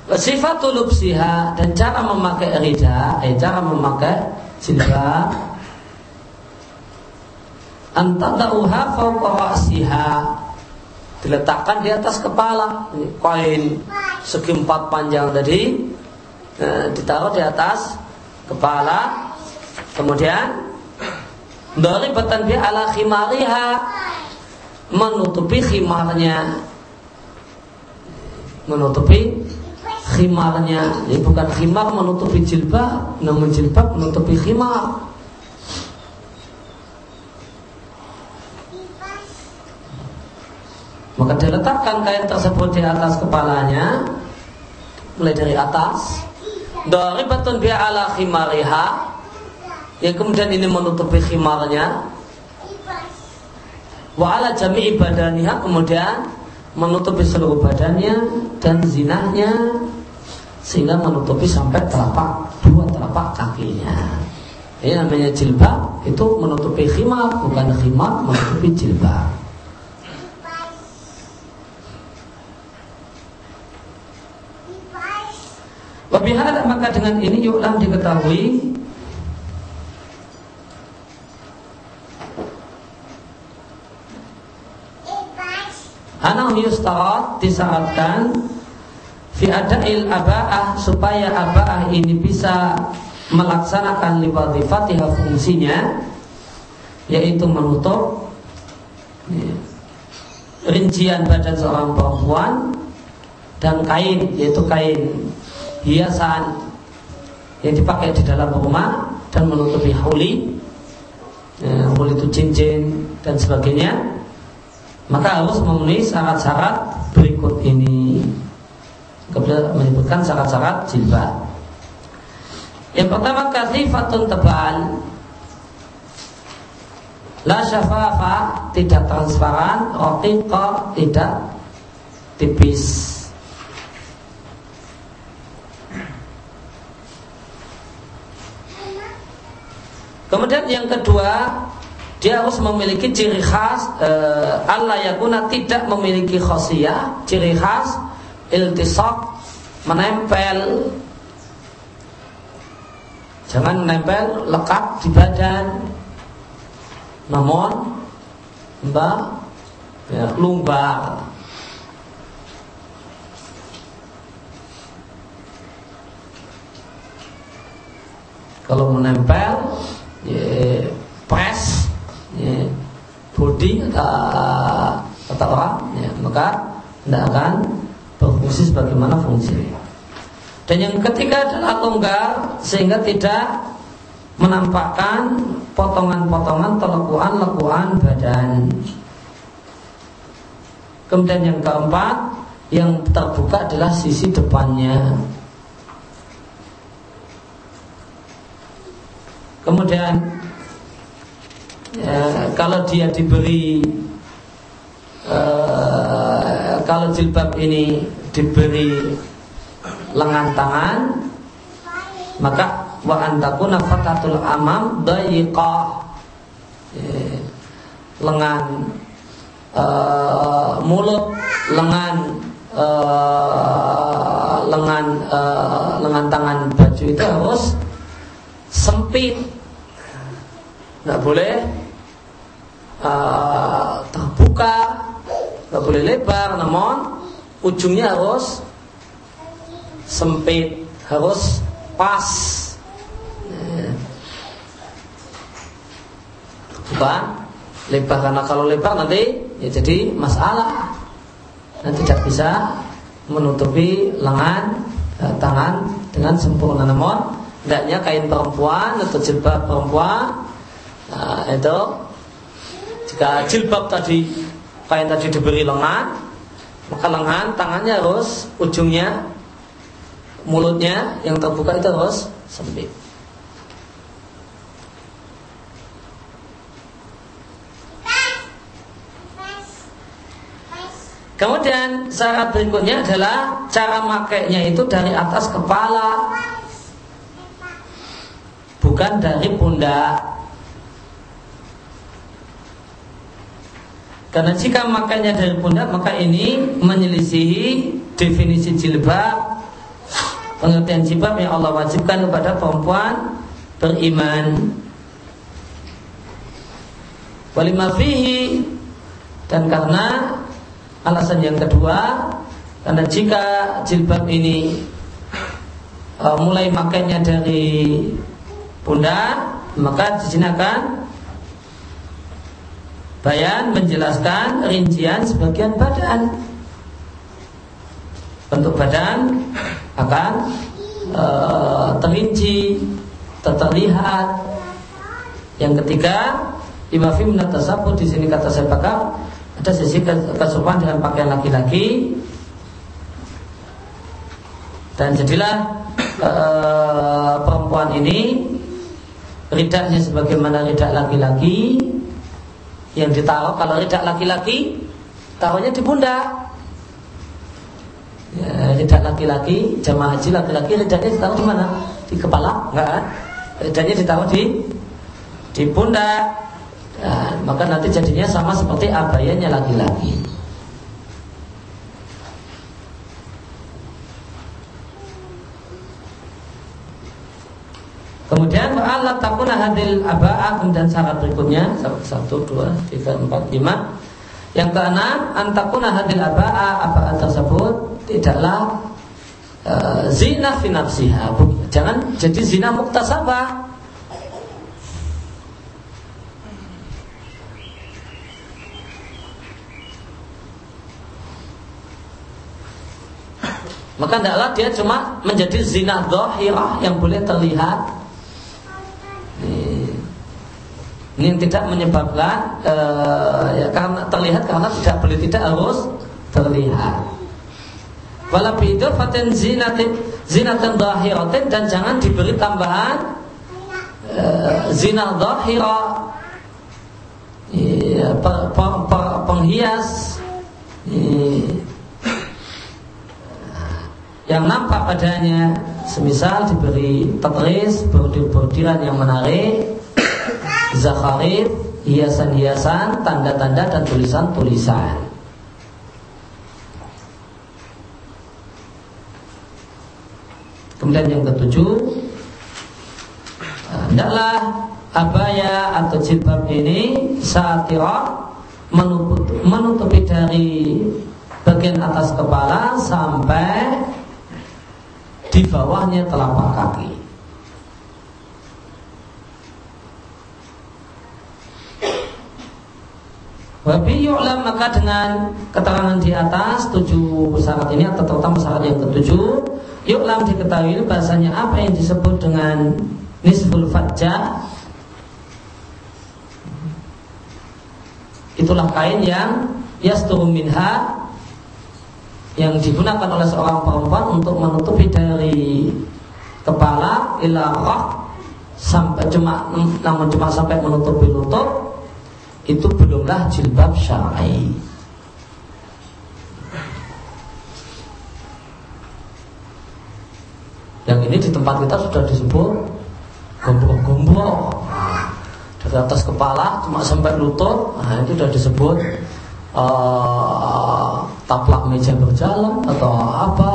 Sifatul lubsiha, dan cara memakai rida, cara memakai jilbab, antadauha fawqa ra'siha, diletakkan di atas kepala. Kain segi 4 panjang tadi ditaruh di atas kepala, kemudian daribatan bi ala khimariha, menutupi khimarnya, ini bukan khimar menutupi jilbab, namun jilbab menutupi khimar. Maka diletakkan kain tersebut di atas kepalanya, mulai dari atas, daribatun bi ala khimariha, yang kemudian ini menutupi khimarnya, wa ala jami'i badaniha, kemudian menutupi seluruh badannya dan zinahnya, sehingga menutupi sampai dua telapak kakinya. Ini namanya jilbab, itu menutupi khimar, bukan khimar menutupi jilbab. Wabihada, maka dengan ini yu'lam, diketahui anam yustarat, disyaratkan fi ada'il aba'ah, supaya aba'ah ini bisa melaksanakan liwadhifatiha, fungsinya, yaitu menutup rincian badan seorang perempuan, dan kain, yaitu kain hiasan yang dipakai di dalam rumah, dan menutupi huli, huli itu cincin dan sebagainya, maka harus memenuhi syarat-syarat berikut ini. Kemudian menyebutkan syarat-syarat jilbab. Yang pertama, kathifatun, tebal, la syafafa, tidak transparan, raqiqa, tidak tipis. Kemudian yang kedua, dia harus memiliki ciri khas, alla yakuna, tidak memiliki khasiyah, ciri khas iltisaq, menempel. Jangan menempel lekat di badan, namun lumbar. Kalau menempel, press, body kata orang, maka tidak akan berfungsi sebagaimana fungsinya. Dan yang ketiga adalah longgar, sehingga tidak menampakkan potongan-potongan atau lekuan-lekuan badan. Kemudian yang keempat, yang terbuka adalah sisi depannya. Kemudian kalau dia diberi, kalau jilbab ini diberi lengan tangan, maka wa antakuna fatatul amam dayiqah, lengan mulut, lengan tangan baju itu harus sempit, nggak boleh terbuka, nggak boleh lebar, namun ujungnya harus sempit, harus pas, bukan lebar, karena kalau lebar nanti ya jadi masalah, dan tidak bisa menutupi lengan tangan dengan sempurna. Namun hendaknya kain perempuan atau jilbab perempuan, itu jika jilbab tadi, kain tadi diberi lengan, maka lengan tangannya harus, ujungnya, mulutnya yang terbuka itu harus sempit. Kemudian syarat berikutnya adalah cara makainya itu dari atas kepala, bukan dari pundak. Karena jika makainya dari pundak, maka ini menyelisihi definisi jilbab pengertian jilbab yang Allah wajibkan kepada perempuan beriman. Walima fihi, dan karena alasan yang kedua, karena jika jilbab ini mulai makainya dari pundak, maka di sini akan bayan menjelaskan rincian sebagian badan. Bentuk badan akan terinci, terlihat. Yang ketiga, lima fi minat tasabbuh, di sini kata saya pakar, ada sisi keserupan dengan pakaian laki-laki. Dan jadilah perempuan ini ridaknya sebagaimana ridak laki-laki yang ditaruh. Kalau ridak laki-laki taruhnya di pundak. Ya, ridak laki-laki, jamaah haji laki-laki ridaknya ditaruh di mana? Di kepala? Enggak. Ridaknya ditaruh di pundak. Dan maka nanti jadinya sama seperti abayanya laki-laki. Kemudian alat takuna hadil aba'ah, dan syarat berikutnya 1, 2, 3, 4, 5. Yang keenam, antakuna hadil aba'ah tersebut tidaklah zina fi nafsiha. Jangan jadi zina muktasabah. Maka tidaklah dia cuma menjadi zina dhahirah yang boleh terlihat. Ini yang tidak menyebabkan ya, karena terlihat, karena tidak harus terlihat. Wala bi'idafatin zinatan dhahiratin, dan jangan diberi tambahan zina dhahirah, penghias yang nampak padanya, semisal diberi tatris, bordir-bordiran yang menarik, zakharif, hiasan-hiasan, tanda-tanda dan tulisan-tulisan. Kemudian yang ketujuh, hendaklah abaya atau jilbab ini satirah, menutupi dari bagian atas kepala sampai di bawahnya telapak kaki. Wabi yu'lam, maka dengan keterangan di atas 7 syarat ini, atau terutama syarat yang ketujuh, yu'lam, diketahui bahasanya apa yang disebut dengan nisful fajjah, itulah kain yang yasturu minha, yang digunakan oleh seorang perempuan untuk menutupi dari kepala ila rah, sampai namun cuma sampai menutupi lutut. Itu belumlah jilbab syar'i. Yang ini di tempat kita sudah disebut gombrong-gombrong. Dari atas kepala cuma sampai lutut, nah itu sudah disebut taplak meja berjalan atau apa.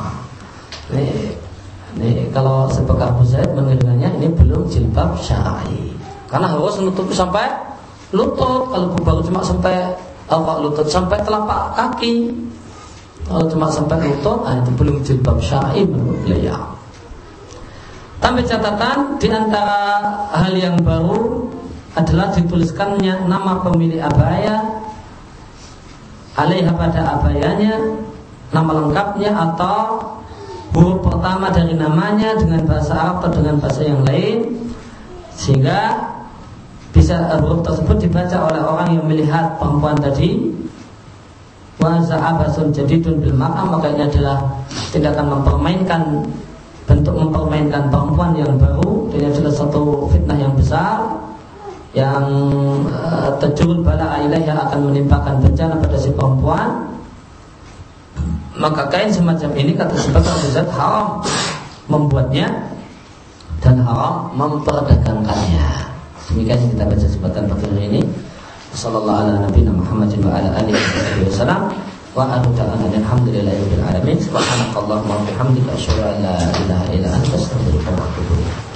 Ini kalau sebekah Abu Zaid menilainya ini belum jilbab syar'i, karena harus menutupi sampai lutut. Kalau baru cuma sampai lutut, sampai telapak kaki, kalau cuma sampai lutut, itu belum jilbab syar'i menurut beliau. Tambah catatan, di antara hal yang baru adalah dituliskannya nama pemilik abaya alaiha, pada abayanya, nama lengkapnya atau huruf pertama dari namanya dengan bahasa Arab atau dengan bahasa yang lain, sehingga bisa huruf tersebut dibaca oleh orang yang melihat perempuan tadi. Wa za'abasun jadidun bil maqam, maka ini adalah tindakan bentuk mempermainkan perempuan yang baru. Ini adalah satu fitnah yang besar yang tajul bala ilaiha, akan menimpakan bencana pada si perempuan. Maka kain semacam ini, kata sebagian ulama, haram membuatnya dan haram memperdagangkannya. Demikian yang kita baca sebentar pagi ini. Sallallahu ala nabiyina Muhammadin wa ala alihi wasallam. Wa a'udzu alhamdulillahi rabbil alamin. Subhanakallahumma wa bihamdika asyhadu an la ilaha illa anta astaghfiruka wa atubu ilaik.